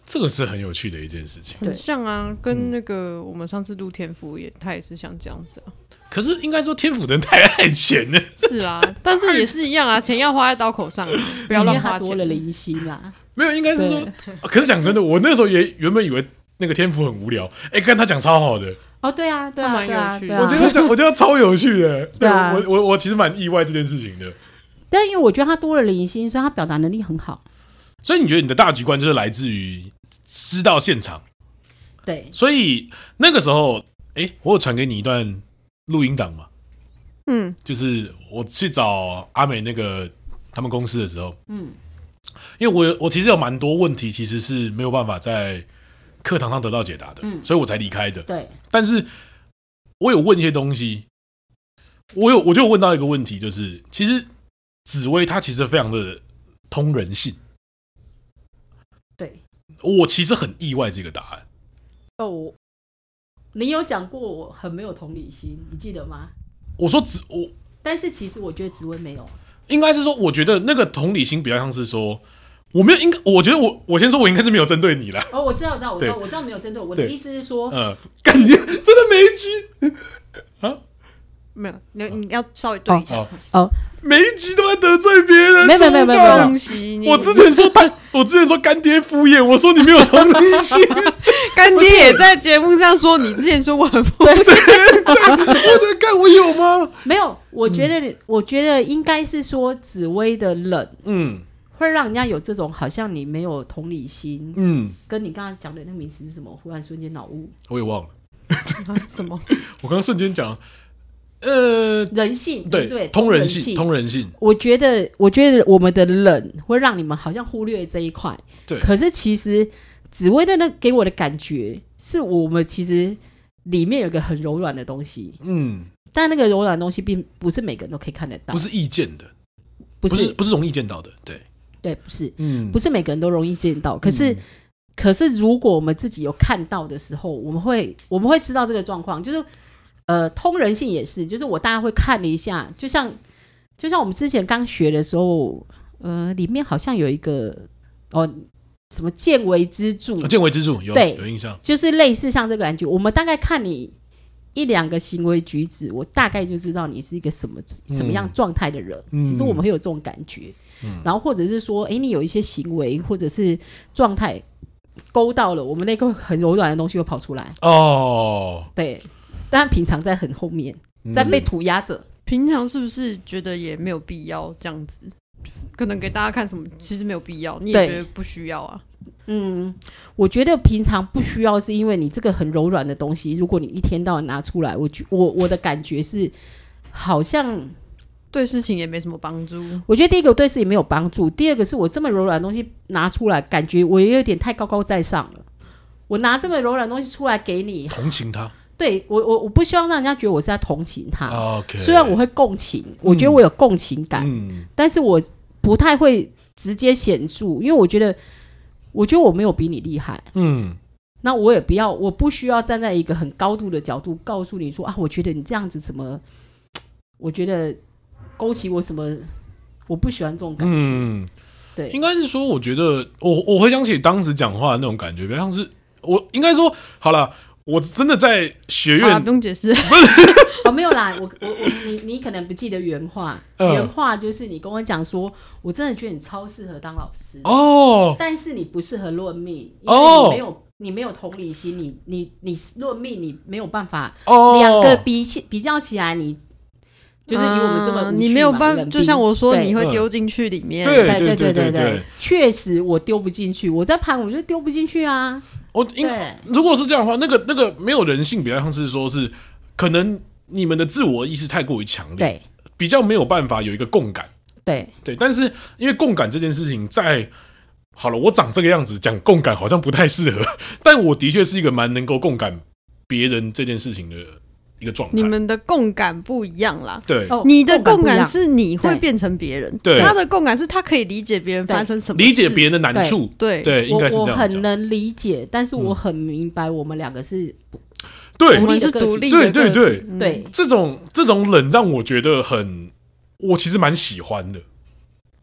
Speaker 1: 这个是很有趣的一件事情，
Speaker 3: 很像啊，跟那个我们上次录天赋也，他也是像这样子啊。
Speaker 1: 可是应该说天府的人太爱钱了，
Speaker 3: 是啊，但是也是一样啊，钱要花在刀口上、啊，不要乱花钱。
Speaker 2: 多了零星啊，
Speaker 1: 没有，应该是说，可是讲真的，我那时候也原本以为那个天府很无聊，哎、欸，跟他讲超好的。
Speaker 2: 哦，对啊，对啊，对啊，对啊，
Speaker 1: 我觉得讲，我觉得超有趣的。
Speaker 2: 对啊，
Speaker 1: 我我我其实蛮意外这件事情的。
Speaker 2: 但因为我觉得他多了零星，所以他表达能力很好。
Speaker 1: 所以你觉得你的大局观就是来自于知道现场？
Speaker 2: 对。
Speaker 1: 所以那个时候，哎、欸，我有传给你一段录音档嘛？
Speaker 3: 嗯，
Speaker 1: 就是我去找阿美那个他们公司的时候，
Speaker 2: 嗯，
Speaker 1: 因为我我其实有蛮多问题，其实是没有办法在课堂上得到解答的，嗯，所以我才离开的。
Speaker 2: 对，
Speaker 1: 但是我有问一些东西，我有我就有问到一个问题，就是其实紫薇她其实非常的通人性，
Speaker 2: 对，
Speaker 1: 我其实很意外这个答案。
Speaker 2: 哦，你有讲过我很没有同理心，你记得吗？
Speaker 1: 我说紫我，
Speaker 2: 但是其实我觉得紫薇没有，
Speaker 1: 应该是说，我觉得那个同理心比较像是说，我没有应该，我觉得我我先说，我应该是没有针对你啦。
Speaker 2: 哦，我知道，我知道，我知道，我知道没有针对我的意思是说，
Speaker 1: 嗯，感觉真的每一集啊，
Speaker 3: 没有，你你要稍微对一下
Speaker 1: 哦哦，每一集都在得罪别人，
Speaker 2: 没有没有没有没有，
Speaker 3: 恭喜你！
Speaker 1: 我之前说他，我之前说干爹敷衍，我说你没有同理心，
Speaker 3: 干爹也在节目上说你之前说我很敷衍，
Speaker 1: 对对，我在干我有吗？
Speaker 2: 没有，我觉得、嗯、我觉得应该是说紫薇的冷，嗯。会让人家有这种好像你没有同理心，嗯，跟你刚刚讲的那个名词是什么？忽然瞬间脑雾，
Speaker 1: 我也忘了、
Speaker 3: 啊、什么？
Speaker 1: 我刚刚瞬间讲，呃，
Speaker 2: 人性，
Speaker 1: 对
Speaker 2: 对，
Speaker 1: 通人性，通人性。
Speaker 2: 我觉得，我觉得我们的冷会让你们好像忽略这一块，
Speaker 1: 对。
Speaker 2: 可是其实紫薇的那给我的感觉，是我们其实里面有一个很柔软的东西，嗯，但那个柔软的东西并不是每个人都可以看得到，
Speaker 1: 不是易见的，
Speaker 2: 不是，
Speaker 1: 不是，不是容易见到的，对。
Speaker 2: 对，不是，嗯，不是每个人都容易见到。可是，嗯、可是如果我们自己有看到的时候，我们会，我们会知道这个状况。就是，呃，通人性也是，就是我大概会看了一下，就像，就像我们之前刚学的时候，呃，里面好像有一个哦，什么见微知著，
Speaker 1: 哦、见微知著有
Speaker 2: 对
Speaker 1: 有印象，
Speaker 2: 就是类似像这个感觉。我们大概看你一两个行为举止，我大概就知道你是一个什么什么样状态的人。嗯、其实我们会有这种感觉。嗯、然后或者是说，哎，你有一些行为或者是状态勾到了我们那个很柔软的东西会跑出来哦，对，但平常在很后面，在被涂鸦着。
Speaker 3: 平常是不是觉得也没有必要这样子？可能给大家看什么，其实没有必要，你也觉得不需要啊？
Speaker 2: 嗯，我觉得平常不需要，是因为你这个很柔软的东西，如果你一天到晚拿出来，我我我的感觉是好像。
Speaker 3: 对事情也没什么帮助。
Speaker 2: 我觉得第一个对事情没有帮助，第二个是我这么柔软的东西拿出来，感觉我也有点太高高在上了。我拿这么柔软的东西出来给你，
Speaker 1: 同情他。
Speaker 2: 对我，我我不希望让人家觉得我是在同情他。
Speaker 1: Okay.
Speaker 2: 虽然我会共情，我觉得我有共情感，嗯、但是我不太会直接显著，因为我觉得，我觉得我没有比你厉害。嗯。那我也不要，我不需要站在一个很高度的角度告诉你说啊，我觉得你这样子怎么，我觉得。勾起我什么？我不喜欢这种感觉。嗯，对，
Speaker 1: 应该是说，我觉得我我回想起当时讲话的那种感觉，比较像是我应该说好了，我真的在学院
Speaker 3: 不用解释，
Speaker 2: 不是哦，没有啦，我我我你你可能不记得原话，呃、原话就是你跟我讲说，我真的觉得你超适合当老师哦，但是你不适合论命，因为你没有、哦、你没有同理心，你你你论命你没有办法，哦、两个比起比较起来你。就是以我们这么、嗯、
Speaker 3: 你没有办法，就像我说，你会丢进去里面。
Speaker 1: 对对对对对对，
Speaker 2: 确实我丢不进去。我在盘，我就丢不进去啊。
Speaker 1: 我应如果是这样的话，那个那个没有人性，比较像是说是可能你们的自我意识太过于强烈，
Speaker 2: 对，
Speaker 1: 比较没有办法有一个共感。
Speaker 2: 对
Speaker 1: 对，但是因为共感这件事情在，好了，我长这个样子讲共感好像不太适合，但我的确是一个蛮能够共感别人这件事情的。一个状态，
Speaker 3: 你们的共感不一样啦。
Speaker 1: 对，
Speaker 3: 你的共感是你会变成别人，对，他的共感是他可以理解别人发生什么事，
Speaker 1: 理解别人的难处。
Speaker 3: 对
Speaker 1: 对，应该是这样。
Speaker 2: 我很能理解，但是我很明白，我们两个是
Speaker 1: 对，
Speaker 3: 我们是独立的，
Speaker 1: 对对对
Speaker 2: 对。
Speaker 1: 这种这种冷让我觉得很，我其实蛮喜欢的。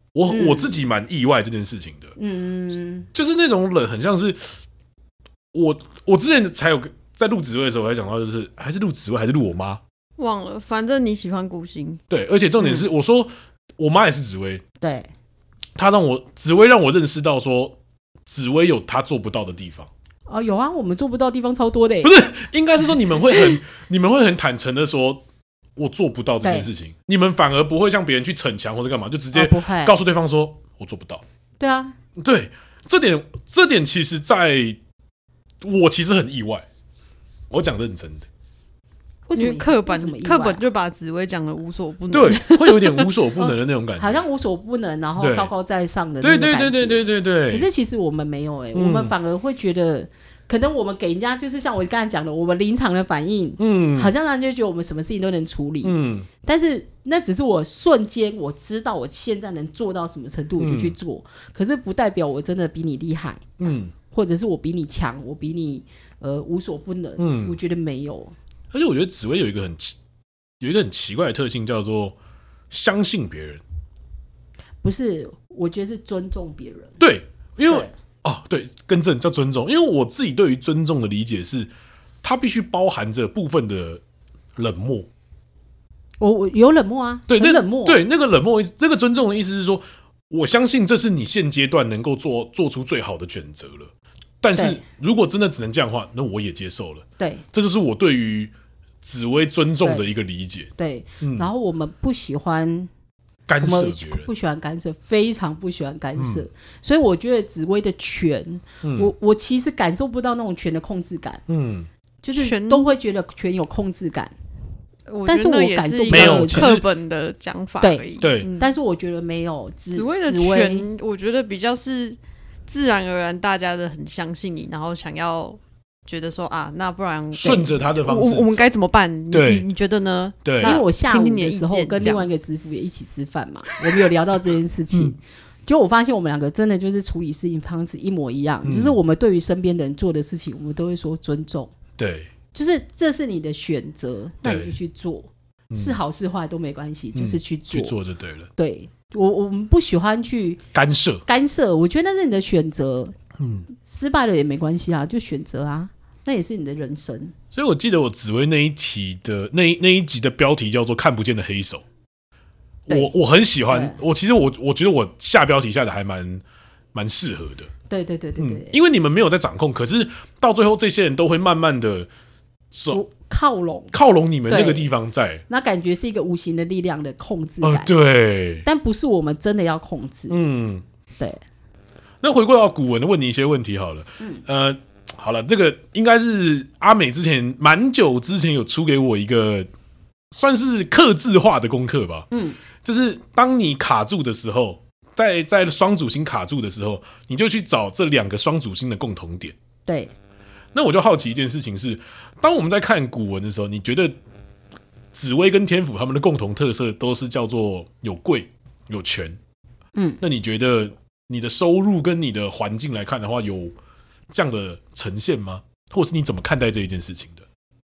Speaker 1: 我、嗯、我自己蛮意外这件事情的。嗯，就是那种冷，很像是我我之前才有在录紫薇的时候，我还讲到，就是还是录紫薇还是录我妈，
Speaker 3: 忘了，反正你喜欢古星。
Speaker 1: 对，而且重点是，我说、嗯、我妈也是紫薇，
Speaker 2: 对，
Speaker 1: 她让我紫薇让我认识到说，紫薇有她做不到的地方。
Speaker 2: 哦，有啊，我们做不到的地方超多的耶。
Speaker 1: 不是，应该是说你们会很你们会很坦诚的说，我做不到这件事情，你们反而不会像别人去逞强或者干嘛，就直接告诉对方说、哦、我做不到。
Speaker 2: 对啊，
Speaker 1: 对，这点这点其实在我其实很意外，我讲认真的。
Speaker 3: 因为课本课本就把紫薇讲的无所不能，
Speaker 1: 对，会有点无所不能的那种感觉，
Speaker 2: 好像无所不能，然后高高在上的那种感觉。
Speaker 1: 对对对对对对对。
Speaker 2: 可是其实我们没有哎、欸嗯，我们反而会觉得，可能我们给人家就是像我刚才讲的，我们临场的反应，嗯，好像让人就觉得我们什么事情都能处理，嗯，但是那只是我瞬间我知道我现在能做到什么程度，我就去做，嗯、可是不代表我真的比你厉害，嗯，或者是我比你强，我比你呃无所不能，嗯，我觉得没有。
Speaker 1: 而且我觉得紫薇有一个很有一个很奇怪的特性，叫做相信别人。
Speaker 2: 不是，我觉得是尊重别人。
Speaker 1: 对，因为哦，对，更正叫尊重。因为我自己对于尊重的理解是，它必须包含着部分的冷漠。
Speaker 2: 我我有冷漠啊，
Speaker 1: 对，
Speaker 2: 很冷漠。
Speaker 1: 对，那个冷漠，那个尊重的意思是说，我相信这是你现阶段能够做做出最好的选择了。但是如果真的只能这样的话，那我也接受了。对，这就是我对于紫薇尊重的一个理解。
Speaker 2: 对，对嗯、然后我们不喜欢
Speaker 1: 干涉别人，
Speaker 2: 不喜欢干涉，非常不喜欢干涉。嗯、所以我觉得紫薇的权，嗯、我我其实感受不到那种权的控制感。嗯，就是都会觉得权有控制感。但是我感受不到
Speaker 3: 课本的讲法而已。
Speaker 1: 对，
Speaker 2: 嗯、但是我觉得没有
Speaker 3: 紫薇的权，我觉得比较是。自然而然，大家的很相信你，然后想要觉得说啊，那不然
Speaker 1: 顺着他的方式，
Speaker 3: 我, 我们该怎么办？你 你, 你觉得呢？
Speaker 1: 对，
Speaker 2: 因为我下午的时候跟另外一个师傅也一起吃饭嘛，我们有聊到这件事情。嗯、就我发现我们两个真的就是处理事情方式一模一样，嗯、就是我们对于身边的人做的事情，我们都会说尊重。
Speaker 1: 对，
Speaker 2: 就是这是你的选择，那你就去做，是好是坏都没关系，就是去做，
Speaker 1: 去做就对了。
Speaker 2: 对。我我们不喜欢去
Speaker 1: 干涉
Speaker 2: 干涉，我觉得那是你的选择，嗯，失败了也没关系啊，就选择啊，那也是你的人生。
Speaker 1: 所以我记得我紫薇那一题的那一那一集的标题叫做"看不见的黑手"，我我很喜欢，我其实我我觉得我下标题下的还蛮蛮适合的，
Speaker 2: 对对对对对、嗯，
Speaker 1: 因为你们没有在掌控，可是到最后这些人都会慢慢的走。
Speaker 2: 靠拢
Speaker 1: 靠拢你们那个地方在，
Speaker 2: 那感觉是一个无形的力量的控制感、
Speaker 1: 呃、对，
Speaker 2: 但不是我们真的要控制。嗯，对。
Speaker 1: 那回归到古文的问你一些问题好了，嗯，呃，好了，这个应该是阿美之前蛮久之前有出给我一个算是客制化的功课吧，嗯，就是当你卡住的时候，在在双主星卡住的时候，你就去找这两个双主星的共同点，
Speaker 2: 对。
Speaker 1: 那我就好奇一件事情是，当我们在看古文的时候，你觉得紫微跟天府他们的共同特色都是叫做有贵有权，嗯，那你觉得你的收入跟你的环境来看的话，有这样的呈现吗？或是你怎么看待这一件事情的？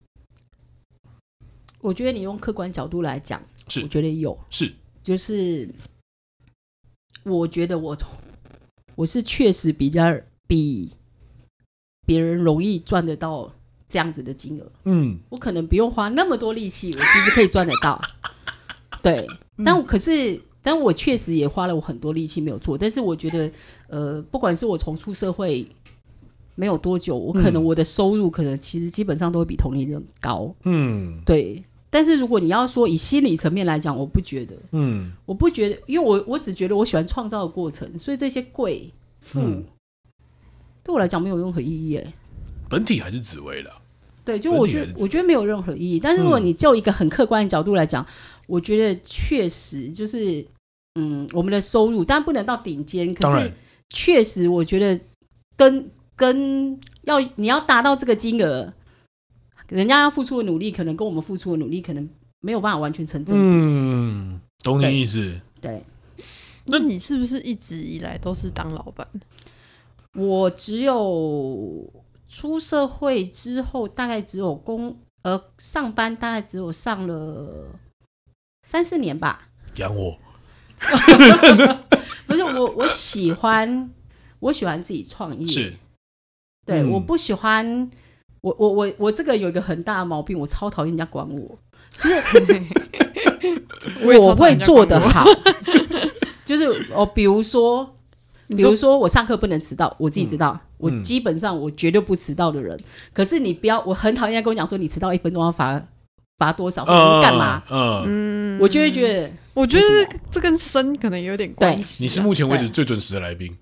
Speaker 2: 我觉得你用客观角度来讲，是我觉得有，
Speaker 1: 是
Speaker 2: 就是我觉得我我是确实比较比。别人容易赚得到这样子的金额，嗯，我可能不用花那么多力气，我其实可以赚得到，对。但我可是，但我确实也花了我很多力气没有做。但是我觉得，呃，不管是我从出社会没有多久，我可能我的收入可能其实基本上都会比同龄人高，嗯，对。但是如果你要说以心理层面来讲，我不觉得，嗯，我不觉得，因为我我只觉得我喜欢创造的过程，所以这些贵富。嗯对我来讲没有任何意义诶，
Speaker 1: 本体还是紫微啦。
Speaker 2: 对，就我觉得我觉得没有任何意义。但是如果你就一个很客观的角度来讲，嗯、我觉得确实就是，嗯，我们的收入当然不能到顶尖，可是确实我觉得跟跟要你要达到这个金额，人家要付出的努力，可能跟我们付出的努力可能没有办法完全成正比。
Speaker 1: 嗯，懂你意思。
Speaker 2: 对，
Speaker 3: 那你是不是一直以来都是当老板？
Speaker 2: 我只有出社会之后，大概只有工呃上班，大概只有上了三四年吧。
Speaker 1: 养我？
Speaker 2: 不是我，我喜欢，我喜欢自己创业，
Speaker 1: 是，
Speaker 2: 对，
Speaker 1: 嗯、
Speaker 2: 我不喜欢，我我我我这个有一个很大的毛病，我超讨厌人家管我，就是我会做得好，就是哦，比如说。比如说我上课不能迟到，我自己知道、嗯、我基本上我绝对不迟到的人、嗯、可是你不要，我很讨厌跟我讲说你迟到一分钟要罚罚多少或者是干嘛，嗯，我就会觉得
Speaker 3: 我觉得这跟生可能有点关系、啊、
Speaker 1: 你是目前为止最准时的来宾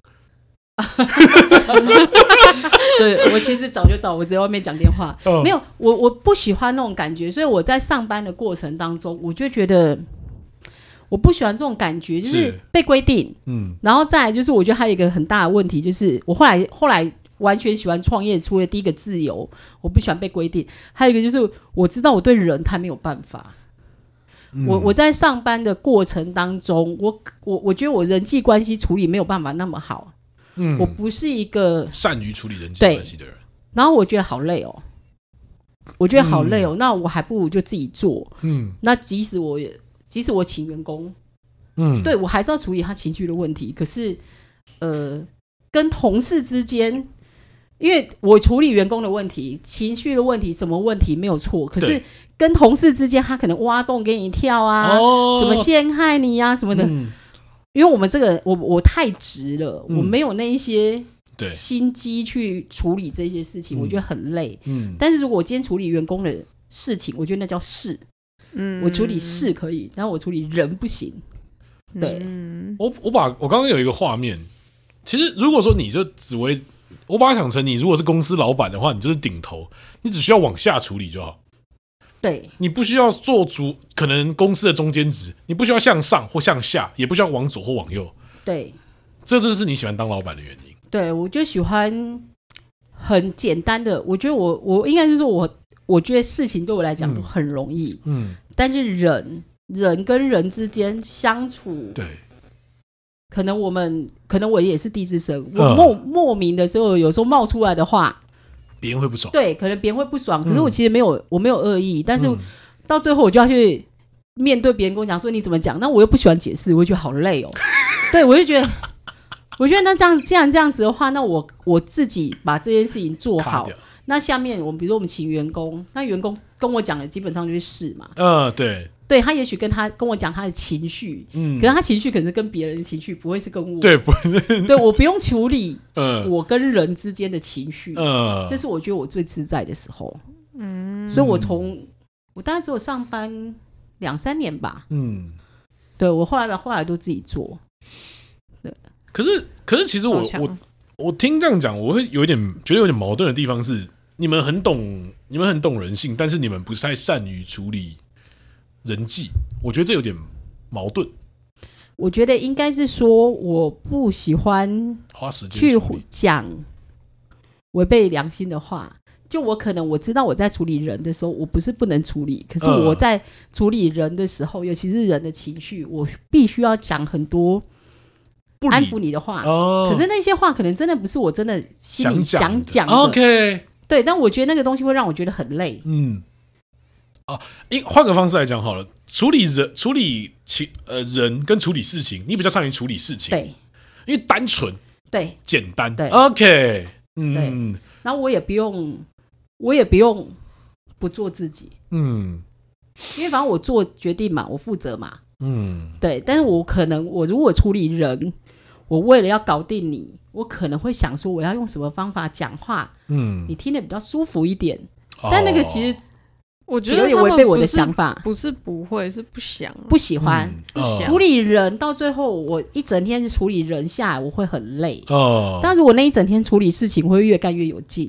Speaker 2: 对，我其实早就到，我只在外面讲电话、哦、没有，我我不喜欢那种感觉，所以我在上班的过程当中我就觉得我不喜欢这种感觉，就是被规定，嗯，然后再来就是我觉得还有一个很大的问题，就是我后来后来完全喜欢创业，除了第一个自由，我不喜欢被规定，还有一个就是我知道我对人太没有办法，嗯、我我在上班的过程当中，我我我觉得我人际关系处理没有办法那么好，嗯，我不是一个
Speaker 1: 善于处理人际关系的人，
Speaker 2: 然后我觉得好累哦，我觉得好累哦，嗯、那我还不如就自己做，嗯，那即使我也。即使我请员工，嗯，对，我还是要处理他情绪的问题。可是，呃，跟同事之间，因为我处理员工的问题、情绪的问题、什么问题没有错，可是跟同事之间，他可能挖洞给你跳啊，哦、什么陷害你啊什么的。嗯、因为我们这个，我我太直了，嗯、我没有那一些心机去处理这些事情，我觉得很累。嗯，但是如果我今天处理员工的事情，我觉得那叫事。嗯，我处理事可以，但我处理人不行。对，嗯、
Speaker 1: 我我把我刚刚有一个画面，其实如果说你就只为我把它想成你如果是公司老板的话，你就是顶头，你只需要往下处理就好。
Speaker 2: 对，
Speaker 1: 你不需要做主，可能公司的中间值，你不需要向上或向下，也不需要往左或往右。
Speaker 2: 对，
Speaker 1: 这就是你喜欢当老板的原因。
Speaker 2: 对，我就喜欢很简单的，我觉得我我应该是说我。我觉得事情对我来讲都很容易，嗯，嗯但是人人跟人之间相处，
Speaker 1: 对，
Speaker 2: 可能我们可能我也是地质生，我莫、嗯、莫名的时候，有时候冒出来的话，
Speaker 1: 别人会不爽，
Speaker 2: 对，可能别人会不爽，可是我其实没有，嗯、我没有恶意，但是到最后我就要去面对别人跟我讲说你怎么讲，那我又不喜欢解释，我就觉得好累哦，对我就觉得，我觉得那这样既然这样子的话，那我我自己把这件事情做好。那下面我们比如说我们请员工，那员工跟我讲的基本上就是事嘛，
Speaker 1: 嗯、呃，对，
Speaker 2: 对他也许跟他跟我讲他的情绪，嗯，可是他情绪可能是跟别人的情绪，不会是跟我，
Speaker 1: 对，不，
Speaker 2: 对我不用处理，嗯，我跟人之间的情绪，嗯，这是我觉得我最自在的时候，嗯，所以我从我大概只有上班两三年吧，嗯，对我后来后来都自己做，对，
Speaker 1: 可是可是其实我我我听这样讲，我会有一点觉得有点矛盾的地方是。你们很懂，你们很懂人性，但是你们不太善于处理人际，我觉得这有点矛盾。
Speaker 2: 我觉得应该是说，我不喜欢
Speaker 1: 花时间
Speaker 2: 去讲违背良心的话。就我可能我知道我在处理人的时候，我不是不能处理，可是我在处理人的时候，呃、尤其是人的情绪，我必须要讲很多安抚你的话。哦、可是那些话可能真的不是我真的心里想讲的。
Speaker 1: OK。
Speaker 2: 对，但我觉得那个东西会让我觉得很累。嗯，
Speaker 1: 啊，换个方式来讲好了，处理人、处理情呃人跟处理事情，你比较善于处理事情，
Speaker 2: 对，
Speaker 1: 因为单纯，
Speaker 2: 对，
Speaker 1: 简单，
Speaker 2: 对
Speaker 1: ，OK，
Speaker 2: 嗯，对，然后我也不用，我也不用不做自己，嗯，因为反正我做决定嘛，我负责嘛，嗯，对，但是我可能我如果处理人，我为了要搞定你。我可能会想说，我要用什么方法讲话，嗯，你听得比较舒服一点。哦、但那个其实，
Speaker 3: 我觉得有
Speaker 2: 点违背我的想法，
Speaker 3: 不是不会，是不想、
Speaker 2: 不喜欢、
Speaker 1: 嗯
Speaker 2: 不想处理人。到最后，我一整天处理人下来，我会很累。哦，但如果那一整天处理事情，我会越干越有劲。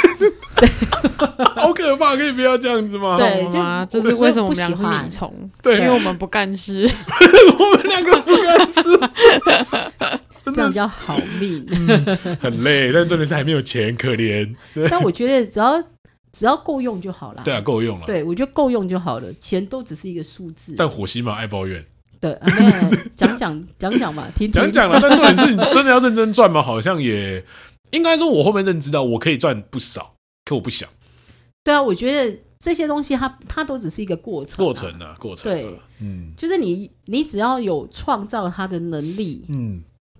Speaker 1: 好可怕！可以不要这样子吗？
Speaker 2: 对，
Speaker 3: 就就是为什么我们两个是米虫？
Speaker 1: 对，
Speaker 3: 因为我们不干事。
Speaker 1: 我们两个不干事。
Speaker 2: 这样叫好命、
Speaker 1: 嗯，很累，但真的是还没有钱，可怜。
Speaker 2: 但我觉得只要只要够用就好了。
Speaker 1: 对啊，够用了。
Speaker 2: 对，我觉得够用就好了，钱都只是一个数字。
Speaker 1: 但火星嘛，爱抱怨。
Speaker 2: 对，啊、讲讲讲讲嘛，听听
Speaker 1: 讲讲了。但重点是你真的要认真赚吗？好像也应该说，我后面认知到我可以赚不少，可我不想。
Speaker 2: 对啊，我觉得这些东西它它都只是一个过程、啊，
Speaker 1: 过程啊，过程、啊。
Speaker 2: 对，嗯，就是你你只要有创造它的能力，嗯。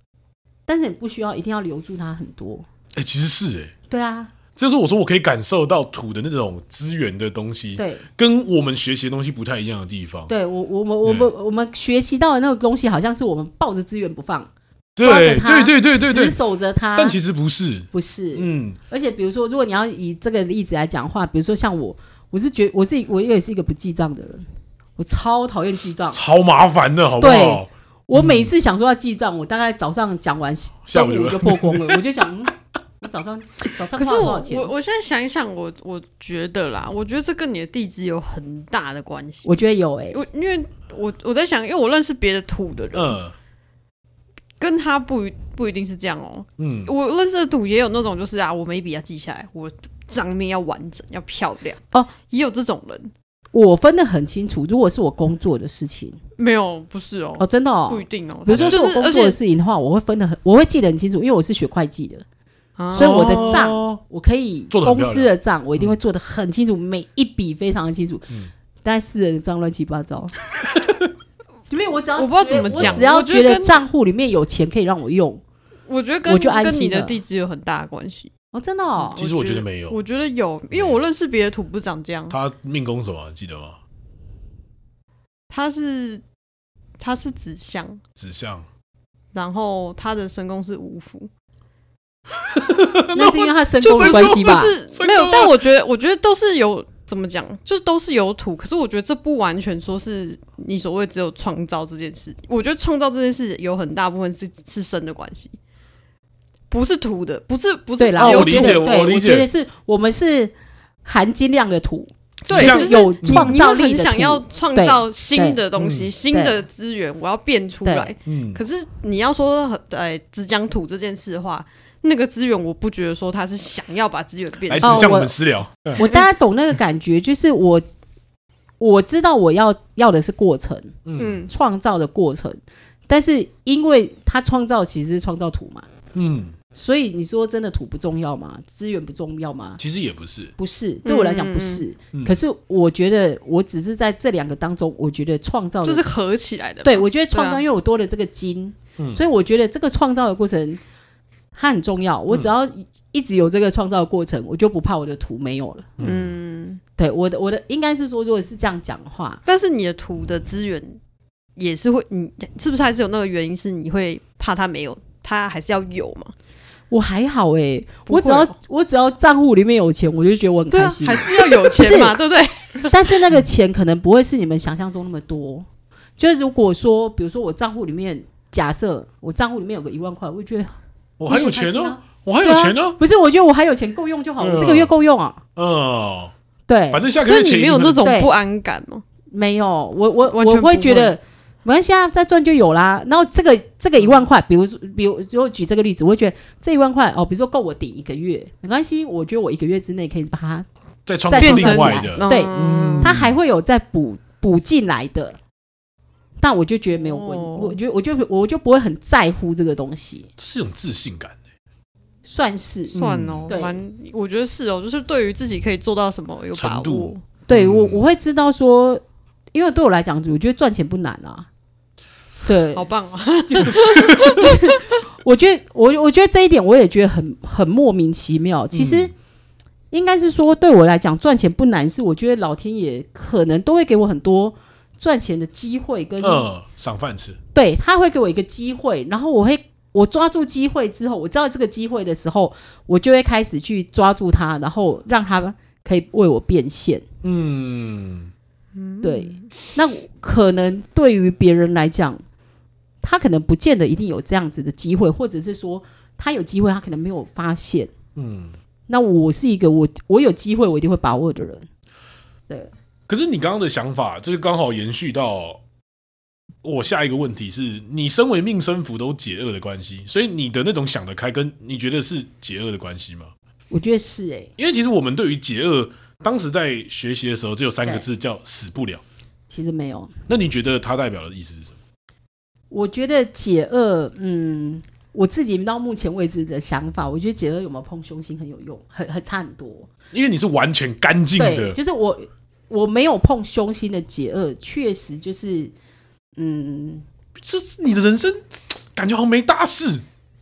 Speaker 2: 但是你不需要一定要留住它很多。
Speaker 1: 哎、欸，其实是哎、欸，
Speaker 2: 对啊，
Speaker 1: 这是我说我可以感受到土的那种资源的东西，
Speaker 2: 对，
Speaker 1: 跟我们学习的东西不太一样的地方。
Speaker 2: 对我我们我们我们学习到的那个东西，好像是我们抱着资源不放。
Speaker 1: 对对对对对对，
Speaker 2: 死守着它，
Speaker 1: 但其实不是，
Speaker 2: 不是，
Speaker 1: 嗯。
Speaker 2: 而且比如说，如果你要以这个例子来讲话，比如说像我，我是觉我是我也是一个不记账的人，我超讨厌记账，
Speaker 1: 超麻烦的，好不好？
Speaker 2: 对，我每次想说要记账，我大概早上讲完，下午就破功了，我就想，嗯、我早上早上花了多少钱？
Speaker 3: 可是我我我现在想一想，我我觉得啦，我觉得这跟你的地支有很大的关系。
Speaker 2: 我觉得有诶、欸，
Speaker 3: 我因为我我在想，因为我认识别的土的人，嗯。跟他不不一定是这样哦，嗯，我认识的土也有那种就是啊，我每一笔要记下来，我账面要完整，要漂亮哦，也有这种人。
Speaker 2: 我分得很清楚，如果是我工作的事情，
Speaker 3: 没有不是哦，
Speaker 2: 哦真的哦，
Speaker 3: 不一定哦。
Speaker 2: 比如说是我工作的事情的话，我会分得很，我会记得很清楚，因为我是学会计的，啊、所以我的账我可以公司的账我一定会做得很清楚，嗯、每一笔非常的清楚，嗯、但私人的账乱七八糟。因为我只要
Speaker 3: 我不知道怎么讲，
Speaker 2: 我只要觉得账户里面有钱可以让我用，
Speaker 3: 我觉得跟
Speaker 2: 我就安心了。
Speaker 3: 跟你的地支有很大的关系
Speaker 2: 哦，真的哦。
Speaker 1: 其实我觉得没有，
Speaker 3: 我觉得有，因为我认识别的土不长这样。
Speaker 1: 他命宫什么记得吗？
Speaker 3: 他是他是子相，
Speaker 1: 子相，
Speaker 3: 然后他的身宫是午伏。
Speaker 2: 那是因为他身宫的关系吧？
Speaker 3: 不是没有，但我觉得我觉得都是有。怎么讲？就是都是有土，可是我觉得这不完全说是你所谓只有创造这件事。我觉得创造这件事有很大部分是是生的关系，不是土的，不是不是。
Speaker 2: 对啦，
Speaker 1: 我理解，
Speaker 2: 我
Speaker 1: 理解，
Speaker 2: 我觉得是我们是含金量的土，
Speaker 3: 对，
Speaker 2: 就是有创造力的土，
Speaker 3: 你很想要创造新的东西、新的资源，我要变出来。
Speaker 1: 嗯，
Speaker 3: 可是你要说呃只讲土这件事的话。那个资源，我不觉得说他是想要把资源变
Speaker 1: 来指向我们私聊。
Speaker 2: 哦、我, 我大家懂那个感觉，就是我我知道我要要的是过程，嗯，创造的过程，但是因为他创造其实是创造土嘛，嗯，所以你说真的土不重要吗？资源不重要吗？
Speaker 1: 其实也不是，
Speaker 2: 不是，对我来讲不是。嗯、可是我觉得我只是在这两个当中，我觉得创造
Speaker 3: 就是合起来的。
Speaker 2: 对，我觉得创造，因为我多了这个金，嗯、所以我觉得这个创造的过程。它很重要，我只要一直有这个创造的过程，嗯、我就不怕我的土没有了。嗯，对，我的我的应该是说，如果是这样讲话，
Speaker 3: 但是你的土的资源也是会，你是不是还是有那个原因是你会怕它没有，它还是要有嘛？
Speaker 2: 我还好哎、欸，我只要我只要账户里面有钱，我就觉得我很开心。
Speaker 3: 对啊，还是要有钱嘛，对不对？
Speaker 2: 但是那个钱可能不会是你们想象中那么多。就是如果说，比如说我账户里面，假设我账户里面有个一万块，我会觉得。
Speaker 1: 我还有钱哦、啊，我还有钱呢、啊啊。
Speaker 2: 不是，我觉得我还有钱够用就好，嗯、我这个月够用啊。嗯，对，
Speaker 1: 反正下个月钱。
Speaker 3: 所以你没有那种不安感吗？
Speaker 2: 没有，我我我会觉得，没关系啊，再赚就有啦。然后这个这个一万块，比如比如，如果举这个例子，我会觉得这一万块哦，比如说够我顶一个月，没关系，我觉得我一个月之内可以把它
Speaker 1: 再创造另外的，
Speaker 2: 对，嗯、它还会有再补补进来的。但我就觉得没有问题，哦、我觉得我就我就不会很在乎这个东西，
Speaker 1: 这是一种自信感、欸、
Speaker 2: 算是
Speaker 3: 算哦，对，我觉得是哦，就是对于自己可以做到什么有把握，
Speaker 2: 对、嗯、我我会知道说，因为对我来讲，我觉得赚钱不难啊，对，
Speaker 3: 好棒啊！
Speaker 2: 我觉得我我觉得这一点我也觉得很很莫名其妙，其实。嗯应该是说，对我来讲，赚钱不难，是我觉得老天爷可能都会给我很多赚钱的机会跟
Speaker 1: 呃赏饭吃，
Speaker 2: 对，他会给我一个机会，然后我会我抓住机会之后，我知道这个机会的时候，我就会开始去抓住它，然后让它可以为我变现。嗯，对。那可能对于别人来讲，他可能不见得一定有这样子的机会，或者是说他有机会，他可能没有发现。嗯。那我是一个我我有机会我一定会把握的人，对。
Speaker 1: 可是你刚刚的想法，就是刚好延续到我下一个问题是：你身为命生符都解厄的关系，所以你的那种想得开，跟你觉得是解厄的关系吗？
Speaker 2: 我觉得是哎、欸，
Speaker 1: 因为其实我们对于解厄，当时在学习的时候，只有三个字叫“死不了”。
Speaker 2: 其实没有。
Speaker 1: 那你觉得它代表的意思是什么？
Speaker 2: 我觉得解厄，嗯。我自己到目前为止的想法，我觉得解厄有没有碰凶星很有用，很很差很多。因
Speaker 1: 为你是完全干净的，
Speaker 2: 对，就是我我没有碰凶星的解厄，确实就是，嗯，
Speaker 1: 这你的人生感觉好像没大事。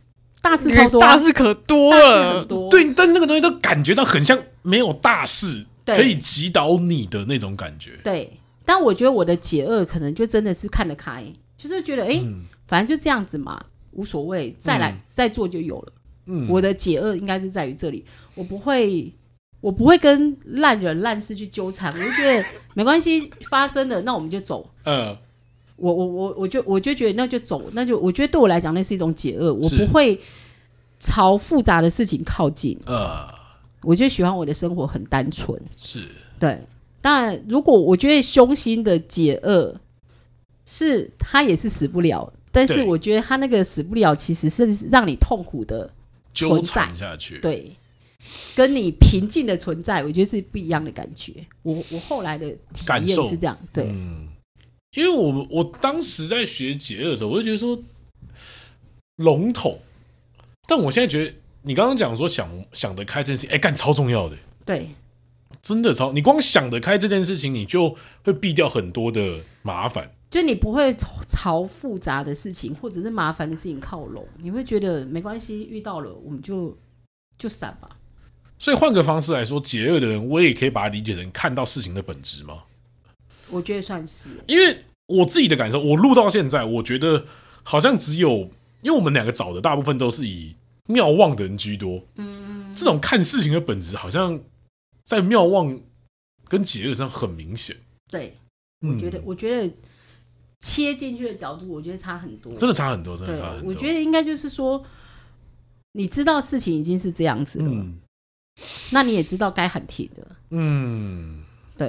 Speaker 2: 大事超多、
Speaker 3: 啊，大事可多了，
Speaker 2: 多
Speaker 1: 对，但是那个东西都感觉到很像没有大事可以击倒你的那种感觉。
Speaker 2: 对，但我觉得我的解厄可能就真的是看得开，就是觉得哎、欸嗯，反正就这样子嘛，无所谓，再来、嗯、再做就有了。嗯，我的解厄应该是在于这里，我不会。我不会跟烂人烂事去纠缠，我就觉得没关系，发生了那我们就走。嗯，我我我我就我就觉得那就走，那就我觉得对我来讲那是一种解厄，我不会朝复杂的事情靠近。呃，我就喜欢我的生活很单纯。
Speaker 1: 是，
Speaker 2: 对。当然，如果我觉得凶星的解厄是他也是死不了，但是我觉得他那个死不了其实是让你痛苦的
Speaker 1: 纠缠下去。
Speaker 2: 对。跟你平静的存在，我觉得是不一样的感觉。我我后来的体验是这样，对，嗯，
Speaker 1: 因为我我当时在学解厄的时候，我就觉得说笼统，但我现在觉得你刚刚讲说想想得开这件事情，哎、欸，干超重要的，
Speaker 2: 对，
Speaker 1: 真的超，你光想得开这件事情，你就会避掉很多的麻烦，
Speaker 2: 就你不会朝复杂的事情或者是麻烦的事情靠拢，你会觉得没关系，遇到了我们就就闪吧。
Speaker 1: 所以换个方式来说，解厄的人，我也可以把它理解成看到事情的本质吗？
Speaker 2: 我觉得算是，
Speaker 1: 因为我自己的感受，我录到现在，我觉得好像只有，因为我们两个找的大部分都是以妙望的人居多，嗯，这种看事情的本质，好像在妙望跟解厄上很明显。
Speaker 2: 对，我觉得，嗯、我觉得切进去的角度，我觉得差很多，
Speaker 1: 真的差很多，真的差很多。
Speaker 2: 我觉得应该就是说，你知道事情已经是这样子了。嗯，那你也知道该喊停的，嗯，对。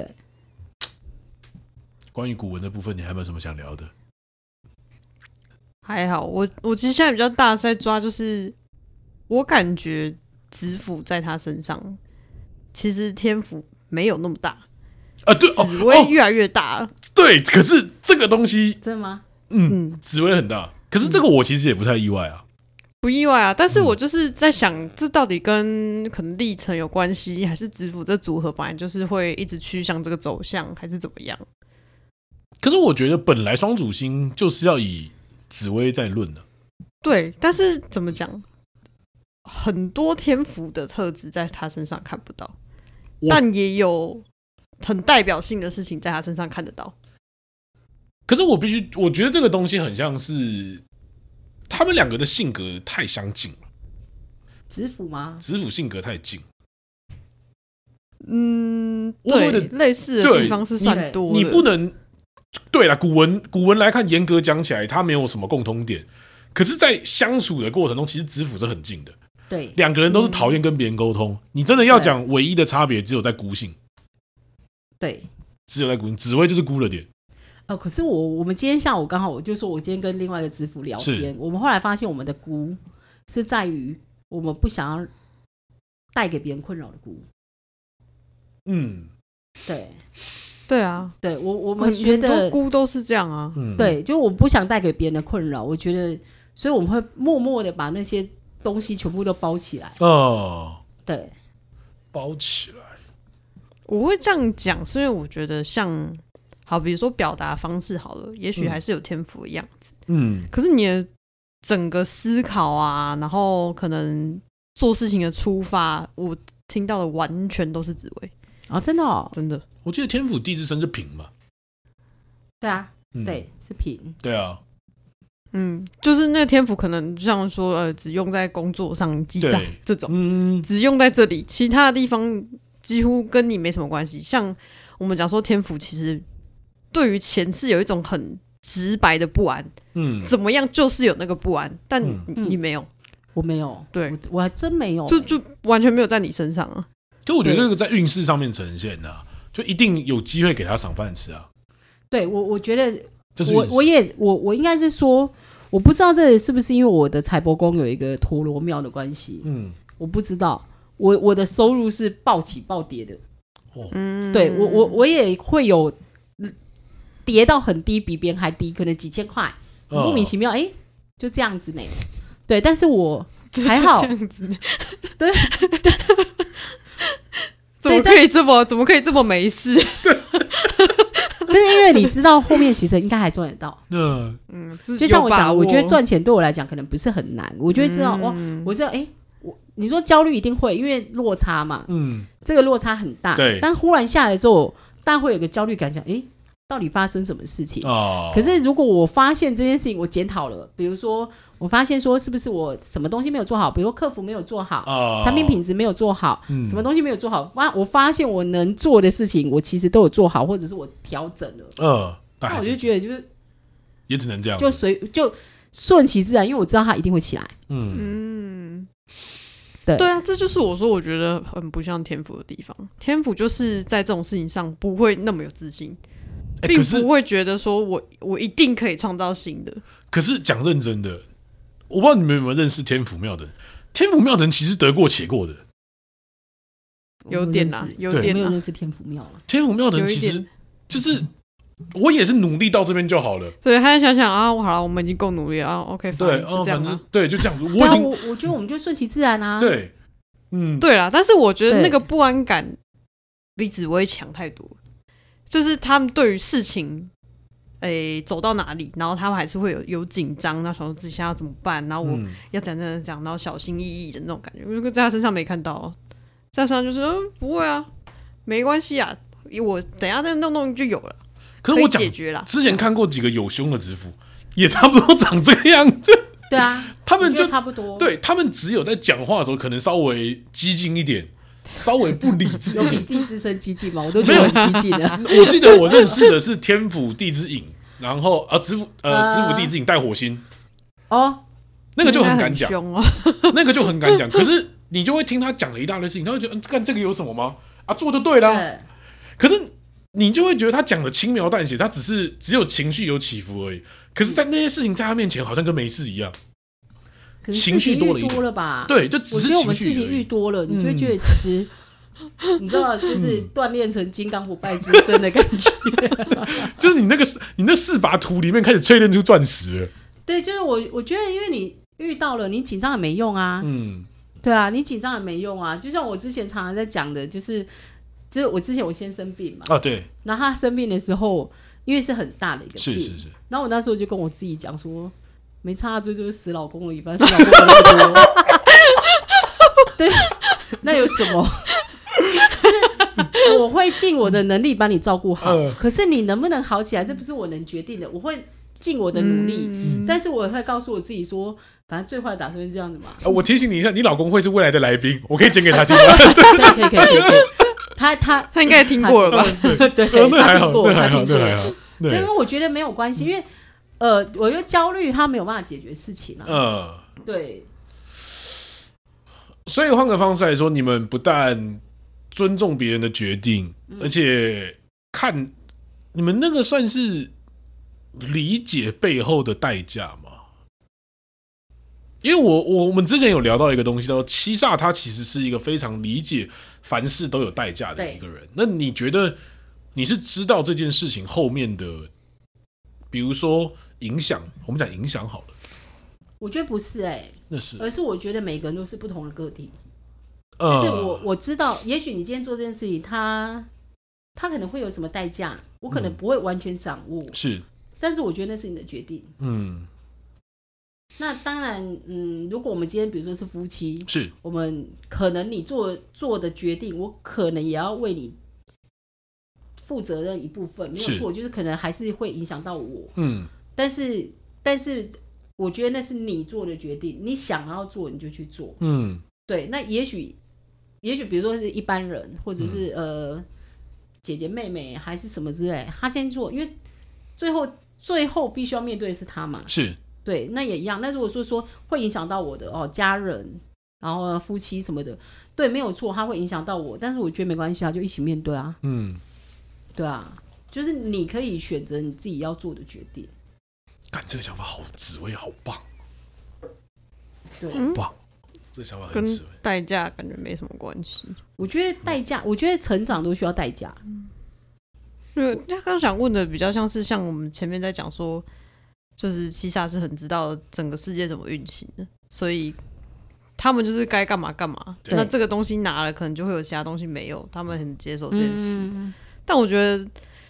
Speaker 1: 关于古文的部分，你还有没有什么想聊的？
Speaker 3: 还好，我我其实现在比较大在抓，就是我感觉子府在他身上，其实天府没有那么大
Speaker 1: 啊，对，
Speaker 3: 紫微越来越大了、哦
Speaker 1: 哦。对，可是这个东西
Speaker 2: 真的吗？
Speaker 1: 嗯，嗯紫微很大，可是这个我其实也不太意外啊。
Speaker 3: 不意外啊，但是我就是在想，嗯、这到底跟可能历程有关系，还是子府这组合本来就是会一直趋向这个走向，还是怎么样？
Speaker 1: 可是我觉得本来双主星就是要以紫微在论的，
Speaker 3: 对，但是怎么讲，很多天府的特质在他身上看不到，但也有很代表性的事情在他身上看得到。
Speaker 1: 可是我必须，我觉得这个东西很像是。他们两个的性格太相近了。
Speaker 2: 子府吗？
Speaker 1: 子府性格太近。
Speaker 3: 嗯，对，类似的地方是算多的。
Speaker 1: 你, 你不能对啦，古文古文来看，严格讲起来，它没有什么共通点。可是，在相处的过程中，其实子府是很近的。
Speaker 2: 对，
Speaker 1: 两个人都是讨厌跟别人沟通、嗯。你真的要讲唯一的差别，只有在孤性。
Speaker 2: 对，
Speaker 1: 只有在孤性，紫微就是孤了点。
Speaker 2: 呃，可是我我们今天下午刚好，我就说我今天跟另外一个子府聊天，我们后来发现我们的孤是在于我们不想要带给别人困扰的孤。嗯，对，
Speaker 3: 对啊，
Speaker 2: 对我我们觉得
Speaker 3: 很多孤都是这样啊，
Speaker 2: 嗯、对，就我们不想带给别人的困扰，我觉得，所以我们会默默的把那些东西全部都包起来。哦，对，
Speaker 1: 包起来。
Speaker 3: 我会这样讲，是因为我觉得像。好，比如说表达方式好了，也许还是有天赋的样子，嗯，可是你的整个思考啊，然后可能做事情的出发，我听到的完全都是紫微
Speaker 2: 啊，真的哦，
Speaker 3: 真的。
Speaker 1: 我记得天府地支生是平嘛，
Speaker 2: 对啊，嗯、对，是平，
Speaker 1: 对啊，
Speaker 3: 嗯，就是那个天府可能像说呃，只用在工作上记账这种，嗯，只用在这里，其他的地方几乎跟你没什么关系。像我们讲说天府其实。对于前世有一种很直白的不安，嗯，怎么样就是有那个不安，但 你,、嗯、你没有，
Speaker 2: 我没有，
Speaker 3: 对
Speaker 2: 我, 我还真没有、欸，
Speaker 3: 就就完全没有在你身上啊。
Speaker 1: 就我觉得这个在运势上面呈现的、啊，就一定有机会给他赏饭吃啊。
Speaker 2: 对我，我觉得我我也我我应该是说，我不知道这是不是因为我的财帛宫有一个陀罗庙的关系，嗯，我不知道，我我的收入是暴起暴跌的，嗯，对我我我也会有。跌到很低，比別人还低，可能幾千塊，莫名其妙，哎、欸，就這樣子呢。對，但是我還好，
Speaker 3: 這樣子
Speaker 2: 對，
Speaker 3: 怎麼可以這麼，怎麼可以這麼沒事？
Speaker 2: 對， 是因为你知道后面其实应该还赚得到。
Speaker 1: 嗯
Speaker 3: 嗯，
Speaker 2: 就像我讲，我觉得赚钱对我来讲可能不是很难，我就会知道，哇、嗯，我知道，哎、欸，我你说焦虑一定会，因为落差嘛，嗯，这个落差很大，
Speaker 1: 对。
Speaker 2: 但忽然下来之后，大家会有个焦虑感，讲，哎、欸，到底发生什么事情？哦。可是如果我发现这件事情，我检讨了，比如说。我发现说是不是我什么东西没有做好，比如说客服没有做好、哦、产品品质没有做好、嗯、什么东西没有做好，我发现我能做的事情我其实都有做好，或者是我调整了，
Speaker 1: 嗯，
Speaker 2: 那我就觉得就是
Speaker 1: 也只能这样，
Speaker 2: 就随就顺其自然，因为我知道它一定会起来。嗯
Speaker 3: 嗯，对对啊，这就是我说我觉得很不像天赋的地方。天赋就是在这种事情上不会那么有自信，欸、并不会觉得说我我一定可以创造新的。
Speaker 1: 可是讲认真的。我不知道你们有没有认识天府庙的，天府庙的人其实得过且过的，
Speaker 3: 有点啦，有点啦，
Speaker 2: 没有认识天府庙了。
Speaker 1: 天府庙的人其实就是我也是努力到这边就好了。
Speaker 3: 对，他想想啊，好了，我们已经够努力了啊 ，OK，
Speaker 1: 对，
Speaker 3: 就这样啊，
Speaker 1: 对，就这样子。
Speaker 2: 我已经，我我觉得我们就顺其自然啊。
Speaker 1: 对，嗯，
Speaker 3: 对啦，但是我觉得那个不安感比紫薇强太多，就是他们对于事情。诶，走到哪里，然后他们还是会有有紧张，那时候自己要怎么办，然后我要讲讲讲，然后小心翼翼的那种感觉，我在他身上没看到，在他身上就是、嗯、不会啊，没关系啊，我等一下再弄弄就有了。
Speaker 1: 可是我
Speaker 3: 解决了。
Speaker 1: 之前看过几个有胸的直服，也差不多长这个样子。
Speaker 2: 对啊，
Speaker 1: 他们就
Speaker 2: 差不多。
Speaker 1: 对他们只有在讲话的时候，可能稍微激进一点。稍微不理智，
Speaker 2: 有比地之声激进吗？我都觉得很激进的。
Speaker 1: 我记得我认识的是天府地之影，然后啊子府呃子府地之影带火星
Speaker 2: 哦，
Speaker 1: 那个就很敢讲，
Speaker 3: 哦、
Speaker 1: 那个就很敢讲。可是你就会听他讲了一大堆事情，他会觉得嗯，干这个有什么吗？啊，做就对啦。可是你就会觉得他讲的轻描淡写，他只是只有情绪有起伏而已。可是，在那些事情在他面前，好像跟没事一样。情绪多了一点
Speaker 2: 了吧？
Speaker 1: 对，就只是情绪而已。
Speaker 2: 我觉得我们事情遇多了，你就会觉得其实，嗯、你知道，就是锻炼成金刚不败之身的感觉。
Speaker 1: 就是你那个你那四把图里面开始淬炼出钻石了。
Speaker 2: 对，就是我我觉得，因为你遇到了，你紧张也没用啊。嗯，对啊，你紧张也没用啊。就像我之前常常在讲的，就是就是我之前我先生病嘛。
Speaker 1: 啊，对。
Speaker 2: 然后他生病的时候，因为是很大的一个病，
Speaker 1: 是是是。
Speaker 2: 然后我那时候就跟我自己讲说。没差，这就是死老公了一半，死老公的那么多。对，那有什么？就是我会尽我的能力把你照顾好，呃、可是你能不能好起来，这不是我能决定的。我会尽我的努力，嗯、但是我也会告诉我自己说，反正最坏的打算是这样子嘛。
Speaker 1: 呃、我提醒你一下，你老公会是未来的来宾，我可以剪给他听。
Speaker 2: 可以可以可以可以可以。他他
Speaker 3: 他应该也听过了吧？
Speaker 2: 对，
Speaker 1: 那还好，那还好，那还好。
Speaker 2: 对，因为我觉得没有关系，因为。呃，我觉得焦虑它没有办法解决事情啊。呃，对。
Speaker 1: 所以换个方式来说，你们不但尊重别人的决定，嗯、而且看你们那个算是理解背后的代价吗？因为我我们之前有聊到一个东西，叫做七煞，他其实是一个非常理解凡事都有代价的一个人。那你觉得你是知道这件事情后面的，比如说？影响，我们讲影响好了。
Speaker 2: 我觉得不是哎、欸，
Speaker 1: 那是，
Speaker 2: 而是我觉得每个人都是不同的个体。呃、就是我我知道，也许你今天做这件事情，他他可能会有什么代价，我可能不会完全掌握。
Speaker 1: 嗯、是，
Speaker 2: 但是我觉得那是你的决定。嗯。那当然，嗯，如果我们今天比如说是夫妻，
Speaker 1: 是
Speaker 2: 我们可能你做做的决定，我可能也要为你。负责任一部分没有错，就是可能还是会影响到我。嗯，但是但是我觉得那是你做的决定，你想要做你就去做。嗯，对。那也许也许比如说是一般人，或者是、嗯、呃姐姐妹妹还是什么之类，他先做，因为最后最后必须要面对的是他嘛。
Speaker 1: 是，
Speaker 2: 对，那也一样。那如果说说会影响到我的哦家人，然后夫妻什么的，对，没有错，他会影响到我，但是我觉得没关系啊，就一起面对啊。嗯。对啊，就是你可以选择你自己要做的决定。
Speaker 1: 干，这个想法好，紫薇好棒，
Speaker 2: 对，
Speaker 1: 好棒，嗯、这个想法很紫薇。
Speaker 3: 跟代价感觉没什么关系。
Speaker 2: 我觉得代价，我觉得成长都需要代价。
Speaker 3: 对，刚刚想问的比较像是像我们前面在讲说，就是七煞是很知道整个世界怎么运行的，所以他们就是该干嘛干嘛。那这个东西拿了，可能就会有其他东西没有，他们很接受这件事。嗯、但我觉得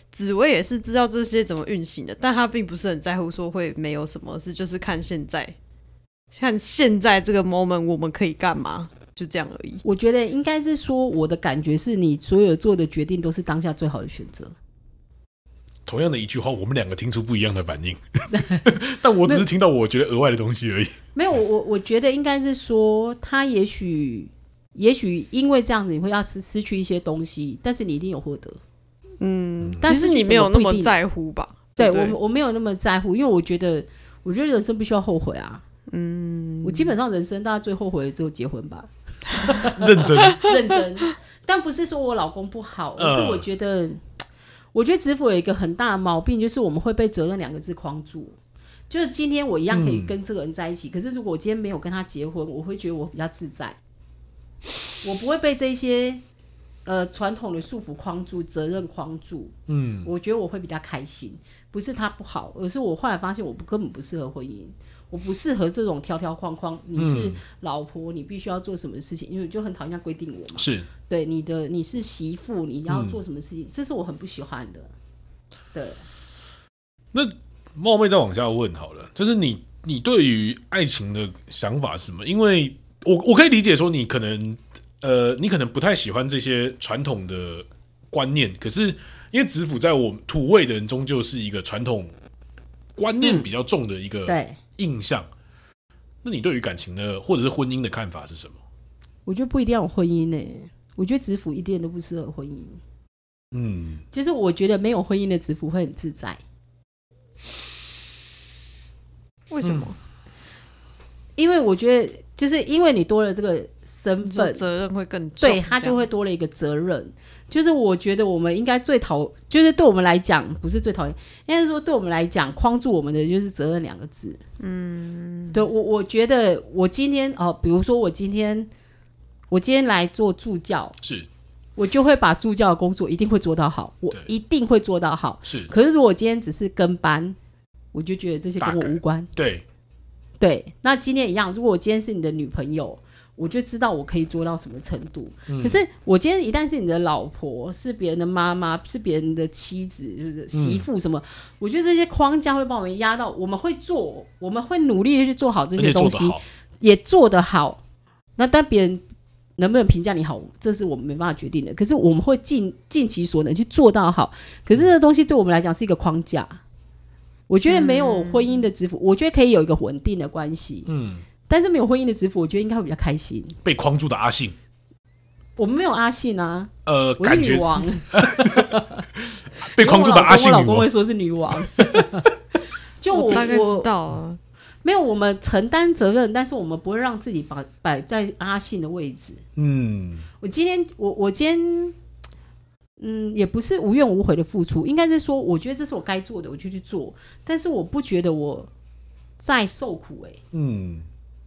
Speaker 3: 紫薇也是知道这些怎么运行的，但他并不是很在乎说会没有什么事，就是看现在，看现在这个 moment 我们可以干嘛，就这样而已。
Speaker 2: 我觉得应该是说，我的感觉是你所有做的决定都是当下最好的选择。
Speaker 1: 同样的一句话，我们两个听出不一样的反应，但我只是听到我觉得额外的东西而已。
Speaker 2: 没有，我我我觉得应该是说，他也许也许因为这样子，你会要失失去一些东西，但是你一定有获得。嗯，但是
Speaker 3: 你没有那么在乎吧？
Speaker 2: 对，对我我没有那么在乎，因为我觉得，我觉得人生不需要后悔啊。嗯，我基本上人生大家最后悔的只有结婚吧。
Speaker 1: 认真
Speaker 2: 认真，但不是说我老公不好，而是我觉得。呃我觉得子府有一个很大的毛病，就是我们会被责任两个字框住。就是今天我一样可以跟这个人在一起，嗯、可是如果我今天没有跟他结婚，我会觉得我比较自在，我不会被这些呃传统的束缚框住、责任框住。嗯，我觉得我会比较开心，不是他不好，而是我后来发现我根本不适合婚姻。我不适合这种条条框框，你是老婆，你必须要做什么事情，因为就很讨厌人家规定我嘛。
Speaker 1: 是，
Speaker 2: 对你的你是媳妇，你要做什么事情，嗯、这是我很不喜欢的。对，
Speaker 1: 那冒昧再往下问好了，就是你你对于爱情的想法是什么？因为我我可以理解说你可能呃你可能不太喜欢这些传统的观念，可是因为子府在我们土味的人终究是一个传统观念比较重的一个、嗯、
Speaker 2: 对。
Speaker 1: 印象，那你对于感情的或者是婚姻的看法是什么？
Speaker 2: 我觉得不一定要有婚姻呢、欸，我觉得子府一点都不适合婚姻。嗯，就是我觉得没有婚姻的子府会很自在。
Speaker 3: 为什么？嗯、
Speaker 2: 因为我觉得，就是因为你多了这个身份，
Speaker 3: 责任会更重，
Speaker 2: 对他就会多了一个责任。就是我觉得我们应该最讨，就是对我们来讲不是最讨厌，应该是说对我们来讲框住我们的就是责任两个字。嗯，对我我觉得我今天哦，比如说我今天我今天来做助教，
Speaker 1: 是，
Speaker 2: 我就会把助教的工作一定会做到好，我一定会做到好。
Speaker 1: 是，
Speaker 2: 可是如果我今天只是跟班，我就觉得这些跟我无关。
Speaker 1: 对
Speaker 2: 对，那今天一样，如果我今天是你的女朋友。我就知道我可以做到什么程度、嗯、可是我今天一旦是你的老婆，是别人的妈妈，是别人的妻子，就是媳妇什么、嗯、我觉得这些框架会把我们压到，我们会做，我们会努力的去做好这些东西，做也做得好，那但别人能不能评价你好，这是我们没办法决定的，可是我们会尽尽其所能去做到好，可是这个东西对我们来讲是一个框架，我觉得没有婚姻的支付、嗯、我觉得可以有一个稳定的关系，嗯，但是没有婚姻的支付，我觉得应该会比较开心。
Speaker 1: 被框住的阿信，
Speaker 2: 我们没有阿信啊，
Speaker 1: 呃，
Speaker 2: 我是女王。
Speaker 1: 被框住的阿信女王，
Speaker 2: 我老公会说是女王。就 我,
Speaker 3: 我大概知道啊，
Speaker 2: 没有，我们承担责任，但是我们不会让自己把摆在阿信的位置。嗯，我今天我我今天，嗯，也不是无怨无悔的付出，应该是说，我觉得这是我该做的，我就去做，但是我不觉得我在受苦、欸。哎，嗯。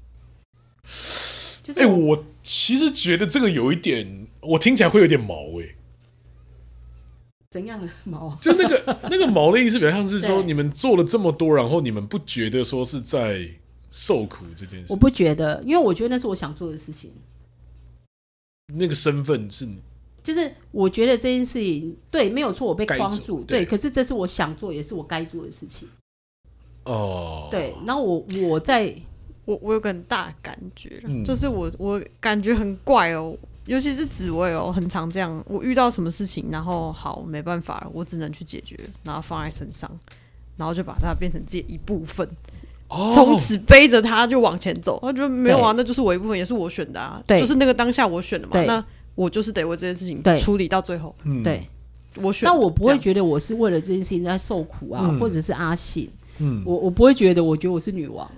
Speaker 1: 就是、欸、我其实觉得这个有一点，我听起来会有点毛哎、欸。
Speaker 2: 怎样的毛？
Speaker 1: 就那个那个毛的意思，比较像是说，你们做了这么多，然后你们不觉得说是在受苦这件事？
Speaker 2: 我不觉得，因为我觉得那是我想做的事情。
Speaker 1: 那个身份是你，
Speaker 2: 就是我觉得这件事情对没有错，我被框住，对，可是这是我想做，也是我该做的事情。哦，对，然后我我在。
Speaker 3: 我, 我有个很大的感觉、嗯、就是我我感觉很怪哦，尤其是紫薇哦，很常这样。我遇到什么事情，然后好没办法了，我只能去解决，然后放在身上，然后就把它变成自己的一部分，从、哦、此背着它就往前走。他觉得没有啊，那就是我一部分，也是我选的啊，就是那个当下我选的嘛，那我就是得为这件事情处理到最后。
Speaker 2: 对，
Speaker 3: 我选。
Speaker 2: 但我不会觉得我是为了这件事情在受苦啊，嗯、或者是阿信。嗯，我我不会觉得，我觉得我是女王。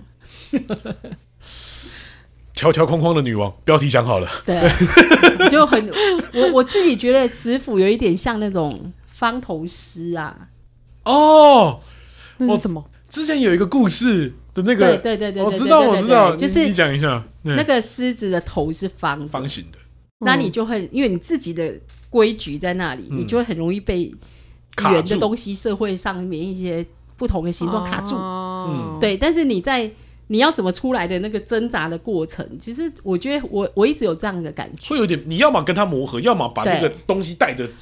Speaker 1: 条条框框的女王，标题想好了。
Speaker 2: 对，就很我我自己觉得子府有一点像那种方头诗啊。
Speaker 1: 哦，
Speaker 3: 那是什么？
Speaker 1: 之前有一个故事的那个，
Speaker 2: 对对对对，
Speaker 1: 我知道我知道，
Speaker 2: 就是
Speaker 1: 你讲一下，
Speaker 2: 那个狮子的头是方
Speaker 1: 方形的，
Speaker 2: 那你就会因为你自己的规矩在那里，嗯、你就会很容易被圆的东西，社会上面一些不同的形状卡住。嗯，对，但是你在。你要怎么出来的那个挣扎的过程，其实我觉得我我一直有这样的感觉，
Speaker 1: 会有点你要么跟他磨合，要么把这个东西带着走。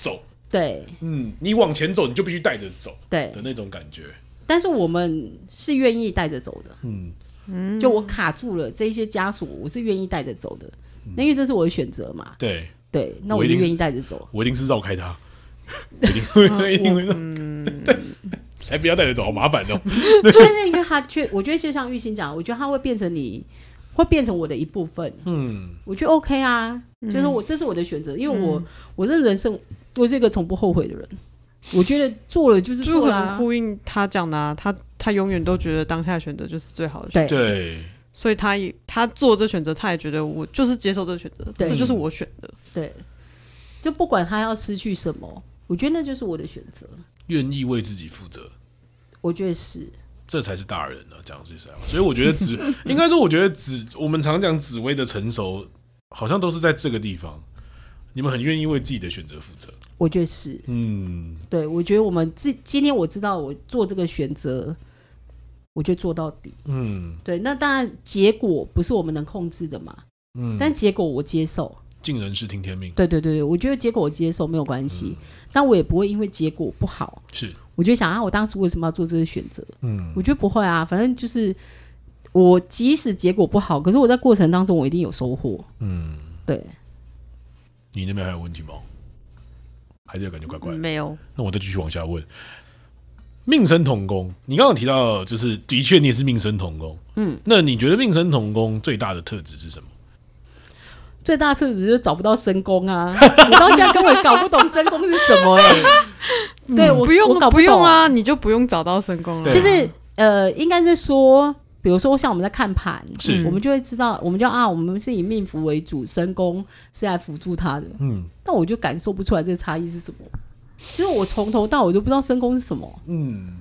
Speaker 2: 对，
Speaker 1: 嗯，你往前走，你就必须带着走，
Speaker 2: 对
Speaker 1: 的那种感觉。
Speaker 2: 但是我们是愿意带着走的，
Speaker 1: 嗯，
Speaker 2: 就我卡住了这一些枷锁，我是愿意带着走的，嗯、那因为这是我的选择嘛。
Speaker 1: 对
Speaker 2: 对，那我就愿意带着走。
Speaker 1: 我一定是绕开它，我一定会，一定会绕。对，才不要带着走，好麻烦哦。
Speaker 2: 但是因为他却，我觉得就像玉兴讲，我觉得他会变成你，会变成我的一部分。嗯，我觉得 OK 啊，嗯、就是我这是我的选择，因为我、嗯、我这人生我是一个从不后悔的人。我觉得做了就是做了、啊，
Speaker 3: 就很呼应他讲的啊，他他永远都觉得当下选择就是最好的选择，
Speaker 1: 对，
Speaker 3: 所以他也他做这选择，他也觉得我就是接受这个选择，这就是我选的，
Speaker 2: 对，就不管他要失去什么，我觉得那就是我的选择，
Speaker 1: 愿意为自己负责，
Speaker 2: 我觉得是，
Speaker 1: 这才是大人呢、啊，讲是这样，所以我觉得紫，应该说，我觉得紫，我们常讲紫薇的成熟，好像都是在这个地方。你们很愿意为自己的选择负责，
Speaker 2: 我觉得是，
Speaker 1: 嗯，
Speaker 2: 对，我觉得我们今天我知道我做这个选择，我就做到底，嗯，对，那当然结果不是我们能控制的嘛，嗯，但结果我接受，
Speaker 1: 尽人事听天命，
Speaker 2: 对对对对，我觉得结果我接受没有关系，嗯、但我也不会因为结果不好，
Speaker 1: 是，
Speaker 2: 我就想啊，我当时为什么要做这个选择？嗯，我觉得不会啊，反正就是我即使结果不好，可是我在过程当中我一定有收获，嗯，对。
Speaker 1: 你那边还有问题吗？还是感觉怪怪的？
Speaker 3: 没有。
Speaker 1: 那我再继续往下问。命生同宫，你刚刚提到，就是的确你也是命生同宫。嗯，那你觉得命生同宫最大的特质是什么？
Speaker 2: 最大的特质就是找不到身宫啊！我到现在根本搞不懂身宫是什么哎、欸。对，我
Speaker 3: 不用，
Speaker 2: 我搞不懂
Speaker 3: 不用啊，你就不用找到身宫了。
Speaker 2: 就是呃，应该是说。比如说，像我们在看盘，我们就会知道，我们就啊，我们是以命符为主，身宫是来辅助他的。嗯，但我就感受不出来这个差异是什么。其实我从头到尾都不知道身宫是什么。嗯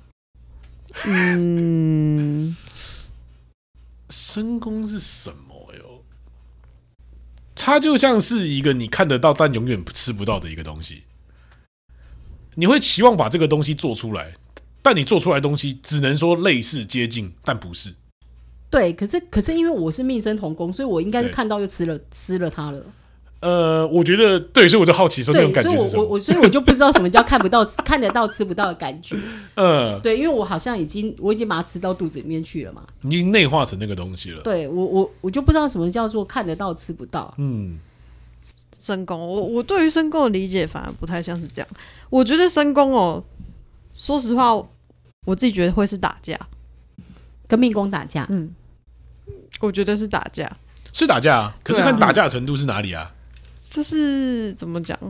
Speaker 1: 嗯，身宫是什么哟？它就像是一个你看得到但永远吃不到的一个东西。你会期望把这个东西做出来。但你做出来的东西只能说类似接近，但不是。
Speaker 2: 对，可是可是因为我是命生同宫，所以我应该是看到就吃了吃了它了。
Speaker 1: 呃，我觉得对，所以我就好奇说那种感觉是什么。
Speaker 2: 我我所以我就不知道什么叫看不到、看得到、吃不到的感觉。嗯，对，因为我好像已经我已经把它吃到肚子里面去了嘛，
Speaker 1: 已经内化成那个东西了。
Speaker 2: 对我我我就不知道什么叫做看得到、吃不到。嗯，
Speaker 3: 身宫，我我对于身宫的理解反而不太像是这样。我觉得身宫哦，说实话。我自己觉得会是打架，
Speaker 2: 跟命宫打架。
Speaker 3: 嗯，我觉得是打架，
Speaker 1: 是打架啊。可是看打架的程度是哪里啊？
Speaker 3: 就是怎么讲，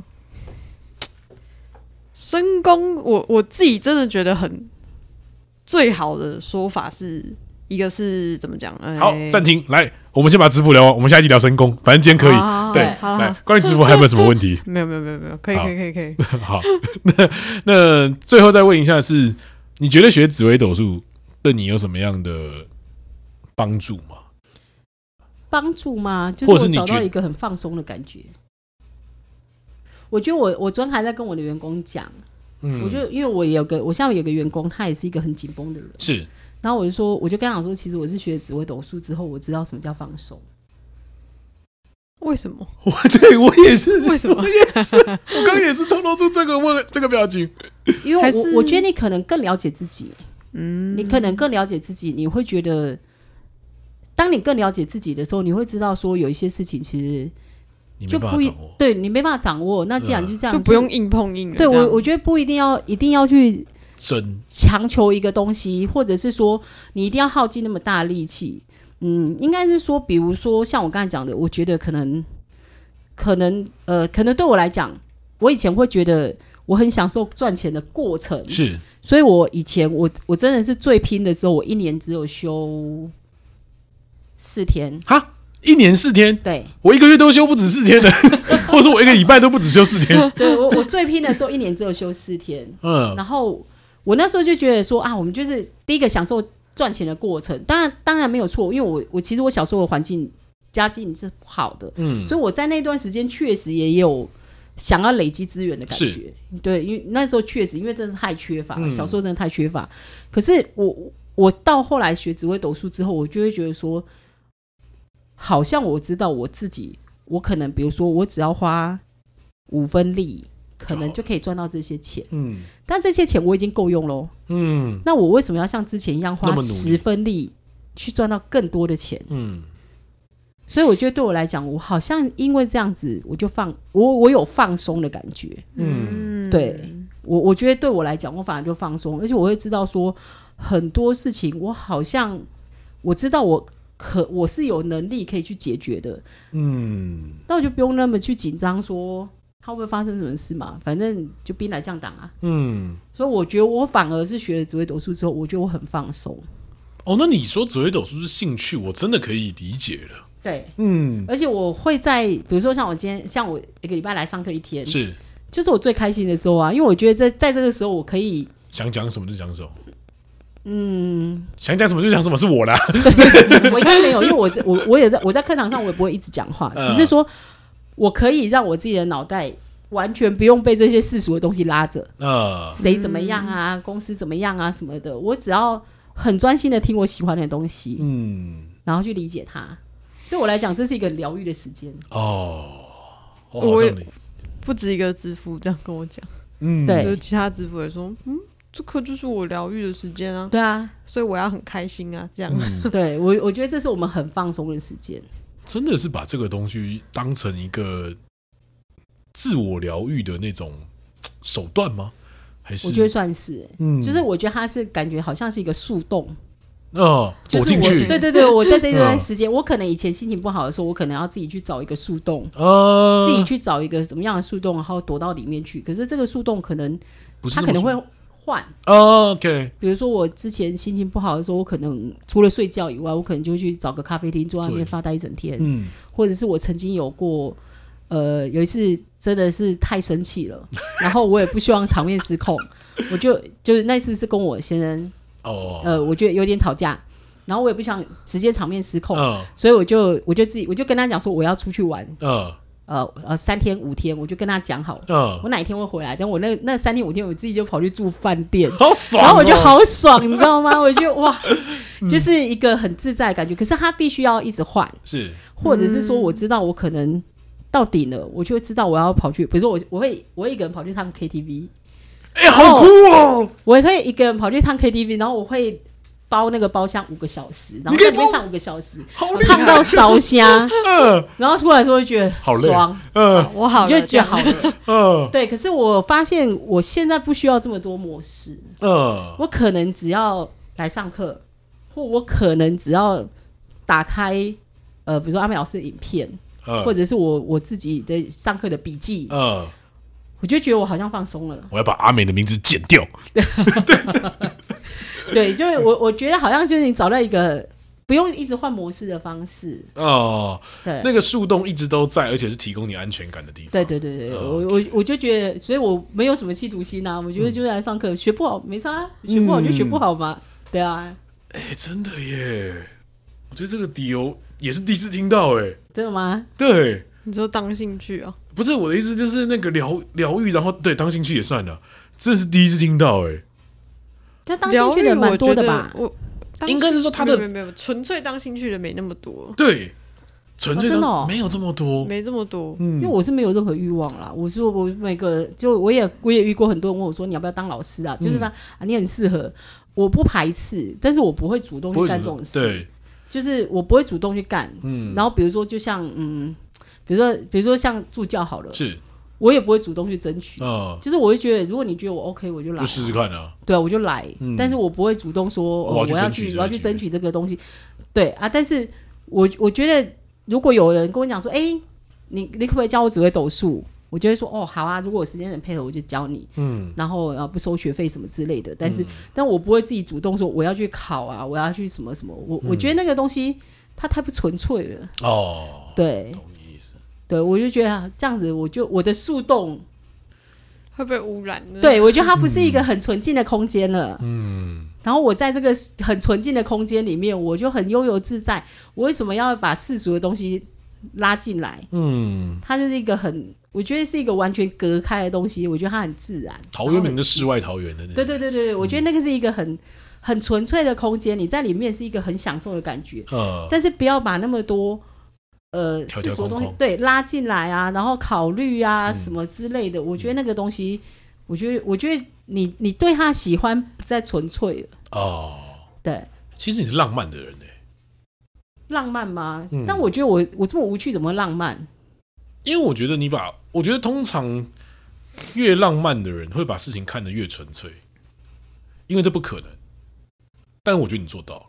Speaker 3: 身宫，我我自己真的觉得很最好的说法是一个是怎么讲？欸、
Speaker 1: 好，暂停，来，我们先把子府聊完，我们下一集聊身宫，反正今天可以。
Speaker 2: 好好好
Speaker 1: 对，
Speaker 2: 好
Speaker 1: 来，关于子府还有没有什么问题？
Speaker 3: 没有，没有，没有，没有，可以，可以，可以，可以。
Speaker 1: 好，那那最后再问一下是。你觉得学紫微斗数对你有什么样的帮助吗？
Speaker 2: 帮助吗？就是我找到一个很放松的感觉。我觉得我我昨天还在跟我的员工讲，嗯，我觉得因为我有个我下面有个员工，他也是一个很紧绷的人，
Speaker 1: 是。
Speaker 2: 然后我就说，我就跟他讲说，其实我是学紫微斗数之后，我知道什么叫放松。
Speaker 3: 为什么？
Speaker 1: 我对我也是，
Speaker 3: 为什么？
Speaker 1: 我也是，我刚刚也是透露出这个问这个表情，
Speaker 2: 因为我我觉得你可能更了解自己，嗯，你可能更了解自己，你会觉得，当你更了解自己的时候，你会知道说有一些事情其实就不一对你没办法掌握。那既然就这样，
Speaker 3: 就不用硬碰硬了。
Speaker 2: 对我，我觉得不一定要一定要去
Speaker 1: 争
Speaker 2: 强求一个东西，或者是说你一定要耗尽那么大的力气。嗯，应该是说，比如说像我刚才讲的，我觉得可能，可能，呃，可能对我来讲，我以前会觉得我很享受赚钱的过程，
Speaker 1: 是，
Speaker 2: 所以我以前我我真的是最拼的时候，我一年只有休四天，
Speaker 1: 哈，一年四天，
Speaker 2: 对，
Speaker 1: 我一个月都休不止四天的，或者说我一个礼拜都不止休四天，
Speaker 2: 对我我最拼的时候，一年只有休四天，嗯，然后我那时候就觉得说啊，我们就是第一个享受赚钱的过程，当然当然没有错，因为我我其实我小时候的环境家境是不好的，嗯，所以我在那段时间确实也有想要累积资源的感觉，对，因为那时候确实因为真的太缺乏，嗯、小时候真的太缺乏。可是我我到后来学紫微斗数之后，我就会觉得说，好像我知道我自己，我可能比如说我只要花五分力可能就可以赚到这些钱。
Speaker 1: 嗯，
Speaker 2: 但这些钱我已经够用咯。嗯，那我为什么要像之前一样花十分力去赚到更多的钱？嗯，所以我觉得对我来讲，我好像因为这样子，我就放我我有放松的感觉。嗯，对我我觉得对我来讲，我反而就放松，而且我会知道说很多事情，我好像我知道我可我是有能力可以去解决的。嗯，那我就不用那么去紧张说它会不会发生什么事嘛，反正就兵来将挡啊。嗯，所以我觉得我反而是学了紫微斗数之后，我觉得我很放松。
Speaker 1: 哦，那你说紫微斗数是兴趣，我真的可以理解了。
Speaker 2: 对，嗯，而且我会在比如说像我今天像我一个礼拜来上课一天，
Speaker 1: 是
Speaker 2: 就是我最开心的时候啊，因为我觉得在在这个时候我可以
Speaker 1: 想讲什么就讲什么。嗯，想讲什么就讲什么，是我啦。
Speaker 2: 对，我应该没有，因为我我我也在我在课堂上我也不会一直讲话，只是说我可以让我自己的脑袋完全不用被这些世俗的东西拉着。呃，谁怎么样啊，嗯、公司怎么样啊什么的，我只要很专心的听我喜欢的东西，嗯，然后去理解它。对我来讲，这是一个疗愈的时间。哦，
Speaker 3: 我好像你不止一个师父这样跟我讲，嗯，对，就是其他师父也说，嗯。这可就是我疗愈的时间啊！
Speaker 2: 对啊，
Speaker 3: 所以我要很开心啊，这样。
Speaker 2: 嗯、对我，我觉得这是我们很放松的时间。
Speaker 1: 真的是把这个东西当成一个自我疗愈的那种手段吗？还是
Speaker 2: 我觉得算是、欸，嗯，就是我觉得它是感觉好像是一个树洞。
Speaker 1: 哦，
Speaker 2: 躲进
Speaker 1: 去。
Speaker 2: 对对对，我在这段时间，嗯、我可能以前心情不好的时候，我可能要自己去找一个树洞，呃、自己去找一个什么样的树洞，然后躲到里面去。可是这个树洞可能它可能会换、
Speaker 1: oh, OK，
Speaker 2: 比如说我之前心情不好的时候，我可能除了睡觉以外，我可能就去找个咖啡厅坐在那边发呆一整天。嗯，或者是我曾经有过，呃，有一次真的是太生气了，然后我也不希望场面失控，我就就是那次是跟我先生，哦，呃，我觉得有点吵架，然后我也不想直接场面失控，嗯、所以我就我就自己我就跟他讲说我要出去玩，嗯。呃呃，三天五天，我就跟他讲好了，嗯，我哪一天会回来。但我那那三天五天，我自己就跑去住饭店，
Speaker 1: 好爽、哦，
Speaker 2: 然后我就好爽，你知道吗？我觉得哇，就是一个很自在的感觉。可是他必须要一直换，
Speaker 1: 是，
Speaker 2: 或者是说，我知道我可能到顶了，我就知道我要跑去，比如说我我会我会一个人跑去唱 K T V，
Speaker 1: 哎、欸，好酷哦！
Speaker 2: 我也可以一个人跑去唱 K T V， 然后我会包那个包厢五个小时，然后在里面唱五个小时，唱到烧香，嗯，然后出来的时候就觉得好爽，
Speaker 1: 嗯，
Speaker 2: 我好，就觉得好了，嗯，对。可是我发现我现在不需要这么多模式，嗯，我可能只要来上课，或我可能只要打开，呃，比如说阿美老师的影片，嗯、或者是我我自己的上课的笔记，嗯，我就觉得我好像放松了。
Speaker 1: 我要把阿美的名字剪掉。
Speaker 2: 对，就是我，我觉得好像就是你找到一个不用一直换模式的方式
Speaker 1: 哦。对，那个树洞一直都在，而且是提供你安全感的地方。
Speaker 2: 对对对对，哦、我我我就觉得，所以我没有什么企图心啊。我觉得就是来上课，嗯、学不好没差，学不好就学不好嘛。嗯、对啊，
Speaker 1: 哎、欸，真的耶！我觉得这个理由也是第一次听到，哎，
Speaker 2: 真的吗？
Speaker 1: 对，
Speaker 3: 你说当兴趣啊？
Speaker 1: 不是我的意思，就是那个疗疗愈，然后对当兴趣也算了，真的是第一次听到，哎。
Speaker 2: 他当兴趣的蛮多的吧？
Speaker 3: 我
Speaker 1: 应该是说他的
Speaker 3: 没有没有纯粹当兴趣的没那么多。
Speaker 1: 对，纯粹当、哦哦、没有这么多，
Speaker 3: 没这么多。
Speaker 2: 嗯，因为我是没有任何欲望啦。我说我每个就我也我也遇过很多人问我说你要不要当老师啊？嗯、就是他啊，你很适合，我不排斥，但是我不会主动去干这种事。
Speaker 1: 对，
Speaker 2: 就是我不会主动去干。嗯，然后比如说就像嗯，比如说比如说像助教好了，
Speaker 1: 是。
Speaker 2: 我也不会主动去争取，嗯、就是我会觉得，如果你觉得我 OK， 我就来、啊，
Speaker 1: 就试试看啊。
Speaker 2: 对啊，我就来，嗯、但是我不会主动说、哦、我要去，我要去争取这个东西。对啊，但是我我觉得，如果有人跟我讲说，哎、欸，你你可不可以教我紫微斗数？我就会说，哦，好啊，如果我时间能配合，我就教你。嗯，然后啊不收学费什么之类的，但是、嗯、但我不会自己主动说我要去考啊，我要去什么什么。我、嗯、我觉得那个东西它太不纯粹了。哦，对。对，我就觉得这样子，我就我的树洞
Speaker 3: 会被污染呢。
Speaker 2: 对，我觉得它不是一个很纯净的空间了。嗯，然后我在这个很纯净的空间里面，我就很悠游自在。我为什么要把世俗的东西拉进来？嗯，它就是一个很，我觉得是一个完全隔开的东西。我觉得它很自然。
Speaker 1: 陶渊明的世外桃源的那种。
Speaker 2: 对对对对，我觉得那个是一个很很纯粹的空间，你在里面是一个很享受的感觉。呃，但是不要把那么多。 呃
Speaker 1: 条条
Speaker 2: 世俗的东西
Speaker 1: 框框
Speaker 2: 对拉进来啊，然后考虑啊、
Speaker 1: 嗯、
Speaker 2: 什么之类的，我觉得那个东西，我觉得我觉得你你对他喜欢不再纯粹了
Speaker 1: 哦。
Speaker 2: 对，
Speaker 1: 其实你是浪漫的人哎、欸。
Speaker 2: 浪漫吗？
Speaker 1: 嗯、
Speaker 2: 但我觉得我我这么无趣怎么会浪漫？
Speaker 1: 因为我觉得你把，我觉得通常越浪漫的人会把事情看得越纯粹，因为这不可能。但我觉得你做到。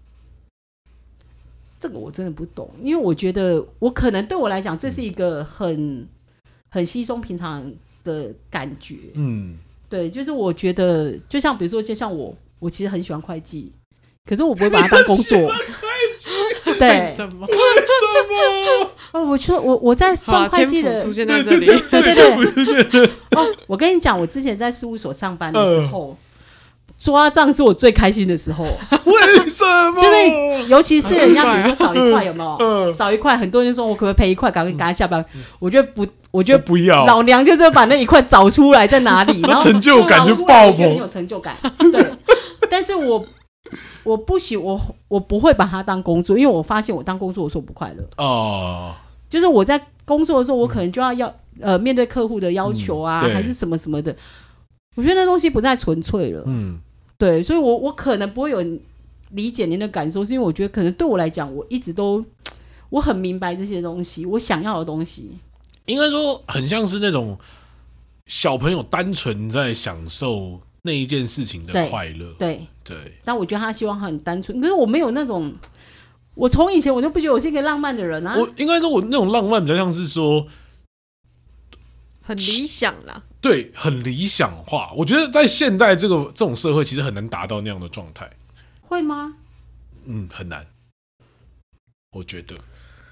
Speaker 2: 这个我真的不懂，因为我觉得我可能对我来讲，这是一个很很稀松平常的感觉。嗯，对，就是我觉得，就像比如说，就像我，我其实很喜欢会计，可是我不会把它当工作。对，
Speaker 3: 为什么？
Speaker 1: 为什么？
Speaker 2: 哦，我说我我在算会计的，
Speaker 3: 出现在这里，
Speaker 2: 对对对对。哦，我跟你讲，我之前在事务所上班的时候。呃抓账是我最开心的时候，
Speaker 1: 为什么？
Speaker 2: 就是尤其是人家比如说少一块，有没有？嗯、少一块，很多人就说我可不可以赔一块，赶快赶快下班。嗯、我觉得不，我觉得
Speaker 1: 不要。
Speaker 2: 老娘就是把那一块找出来在哪里，然后
Speaker 1: 成就感就爆棚，
Speaker 2: 很有成就感。对，但是我我不喜我我不会把它当工作，因为我发现我当工作的时候不快乐哦。就是我在工作的时候，我可能就要要呃面对客户的要求啊，嗯、还是什么什么的。我觉得那东西不再纯粹了。嗯。对，所以我我可能不会有理解您的感受，是因为我觉得可能对我来讲，我一直都我很明白这些东西，我想要的东西，
Speaker 1: 应该说很像是那种小朋友单纯在享受那一件事情的快乐。
Speaker 2: 对
Speaker 1: 对, 对，
Speaker 2: 但我觉得他希望很单纯，可是我没有那种，我从以前我就不觉得我是一个浪漫的人啊。
Speaker 1: 我应该说，我那种浪漫比较像是说
Speaker 3: 很理想啦。
Speaker 1: 对，很理想化。我觉得在现代这个这种社会，其实很难达到那样的状态。
Speaker 2: 会吗？
Speaker 1: 嗯，很难。我觉得，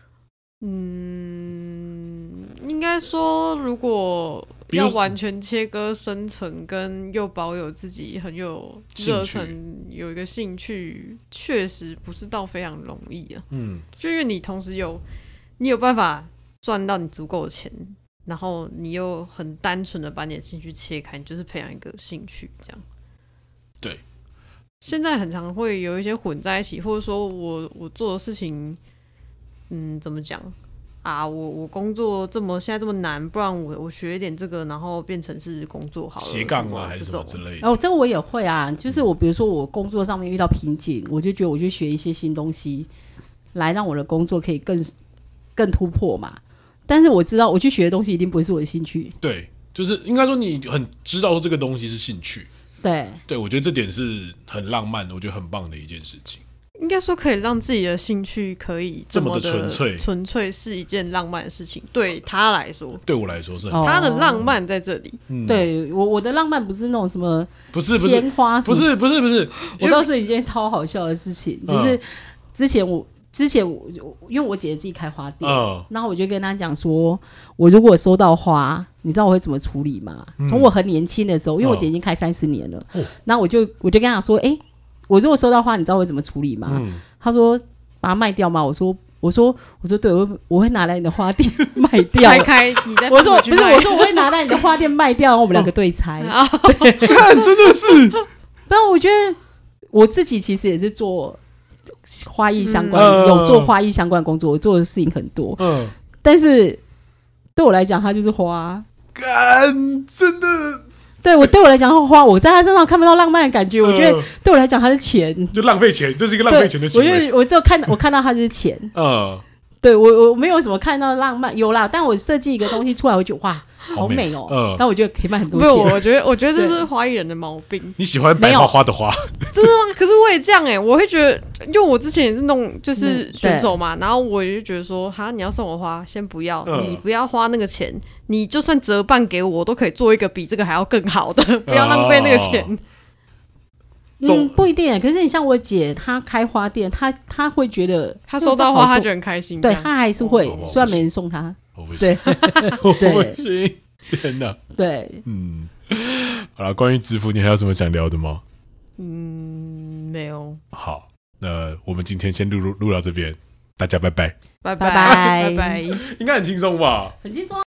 Speaker 3: 嗯，应该说，如果要完全切割生存，跟又保有自己很有热忱，有一个兴趣，确实不是到非常容易啊。嗯，就因为你同时有，你有办法赚到你足够的钱。然后你又很单纯的把你的兴趣切开，你就是培养一个兴趣这样。
Speaker 1: 对，
Speaker 3: 现在很常会有一些混在一起，或者说我我做的事情，嗯，怎么讲啊？我我工作这么现在这么难，不然我我学一点这个，然后变成是工作好了，
Speaker 1: 斜杠啊还是什么之类的。
Speaker 2: 哦，这个我也会啊，就是我比如说我工作上面遇到瓶颈，我就觉得我去学一些新东西，来让我的工作可以更更突破嘛。但是我知道我去学的东西一定不会是我的兴趣。
Speaker 1: 对，就是应该说你很知道说这个东西是兴趣。
Speaker 2: 对，
Speaker 1: 对，我觉得这点是很浪漫的，我觉得很棒的一件事情。
Speaker 3: 应该说可以让自己的兴趣可以这么的
Speaker 1: 纯粹，
Speaker 3: 纯粹是一件浪漫的事情。对他来说，
Speaker 1: 对我来说是很、
Speaker 3: 哦、他的浪漫在这里。
Speaker 2: 嗯、对我我的浪漫不是那种什么
Speaker 1: 不是
Speaker 2: 鲜花
Speaker 1: 不是不是不是，
Speaker 2: 我告诉你一件超好笑的事情，就是之前我。之前我因为我姐姐自己开花店，嗯、然后我就跟她讲说，我如果收到花，你知道我会怎么处理吗？从、嗯、我很年轻的时候，因为我姐已经开三十年了，嗯、然后我就我就跟她说，哎、欸，我如果收到花，你知道我会怎么处理吗？嗯、她说把它卖掉吗？我说我说我说对，我会我会拿来你的花店卖掉，
Speaker 3: 拆开你再
Speaker 2: 我说不是我说我会拿来你的花店卖掉，然后我们两个对拆，
Speaker 1: 看真的是，
Speaker 2: 不然我觉得我自己其实也是做。花艺相关、嗯、有做花艺相关的工作，我做的事情很多，嗯，但是对我来讲，它就是花，
Speaker 1: 干真的，
Speaker 2: 对我对我来讲，花我在他身上看不到浪漫的感觉，嗯、我觉得对我来讲，它是钱，
Speaker 1: 就浪费钱，这是一个浪费钱的行为。
Speaker 2: 我就我只有看我看到它是钱，嗯，对我我没有什么看到浪漫，有啦，但我设计一个东西出来，我觉得哇。好美哦！嗯，但我觉得可以卖很多钱。
Speaker 3: 没有，我觉得，我觉得这是花艺人的毛病。
Speaker 1: 你喜欢白花花的花，
Speaker 3: 真的吗？可是我也这样哎、欸，我会觉得，因为我之前也是弄就是选手嘛，嗯、然后我就觉得说，哈，你要送我花，先不要，嗯、你不要花那个钱，你就算折半给我，我都可以做一个比这个还要更好的，不要浪费那个钱。哦、
Speaker 2: 嗯，不一定。可是你像我姐，她开花店，她她会觉得
Speaker 3: 她收到花，她觉得很开心。
Speaker 2: 对，她还是会，哦、虽然没人送她。对，
Speaker 1: 对，天哪，
Speaker 2: 对，
Speaker 1: 嗯，好了，关于支付，你还有什么想聊的吗？
Speaker 3: 嗯，没有。
Speaker 1: 好，那我们今天先录录到这边，大家拜拜，
Speaker 3: 拜拜，拜拜，
Speaker 1: 应该很轻松吧？
Speaker 2: 很轻松。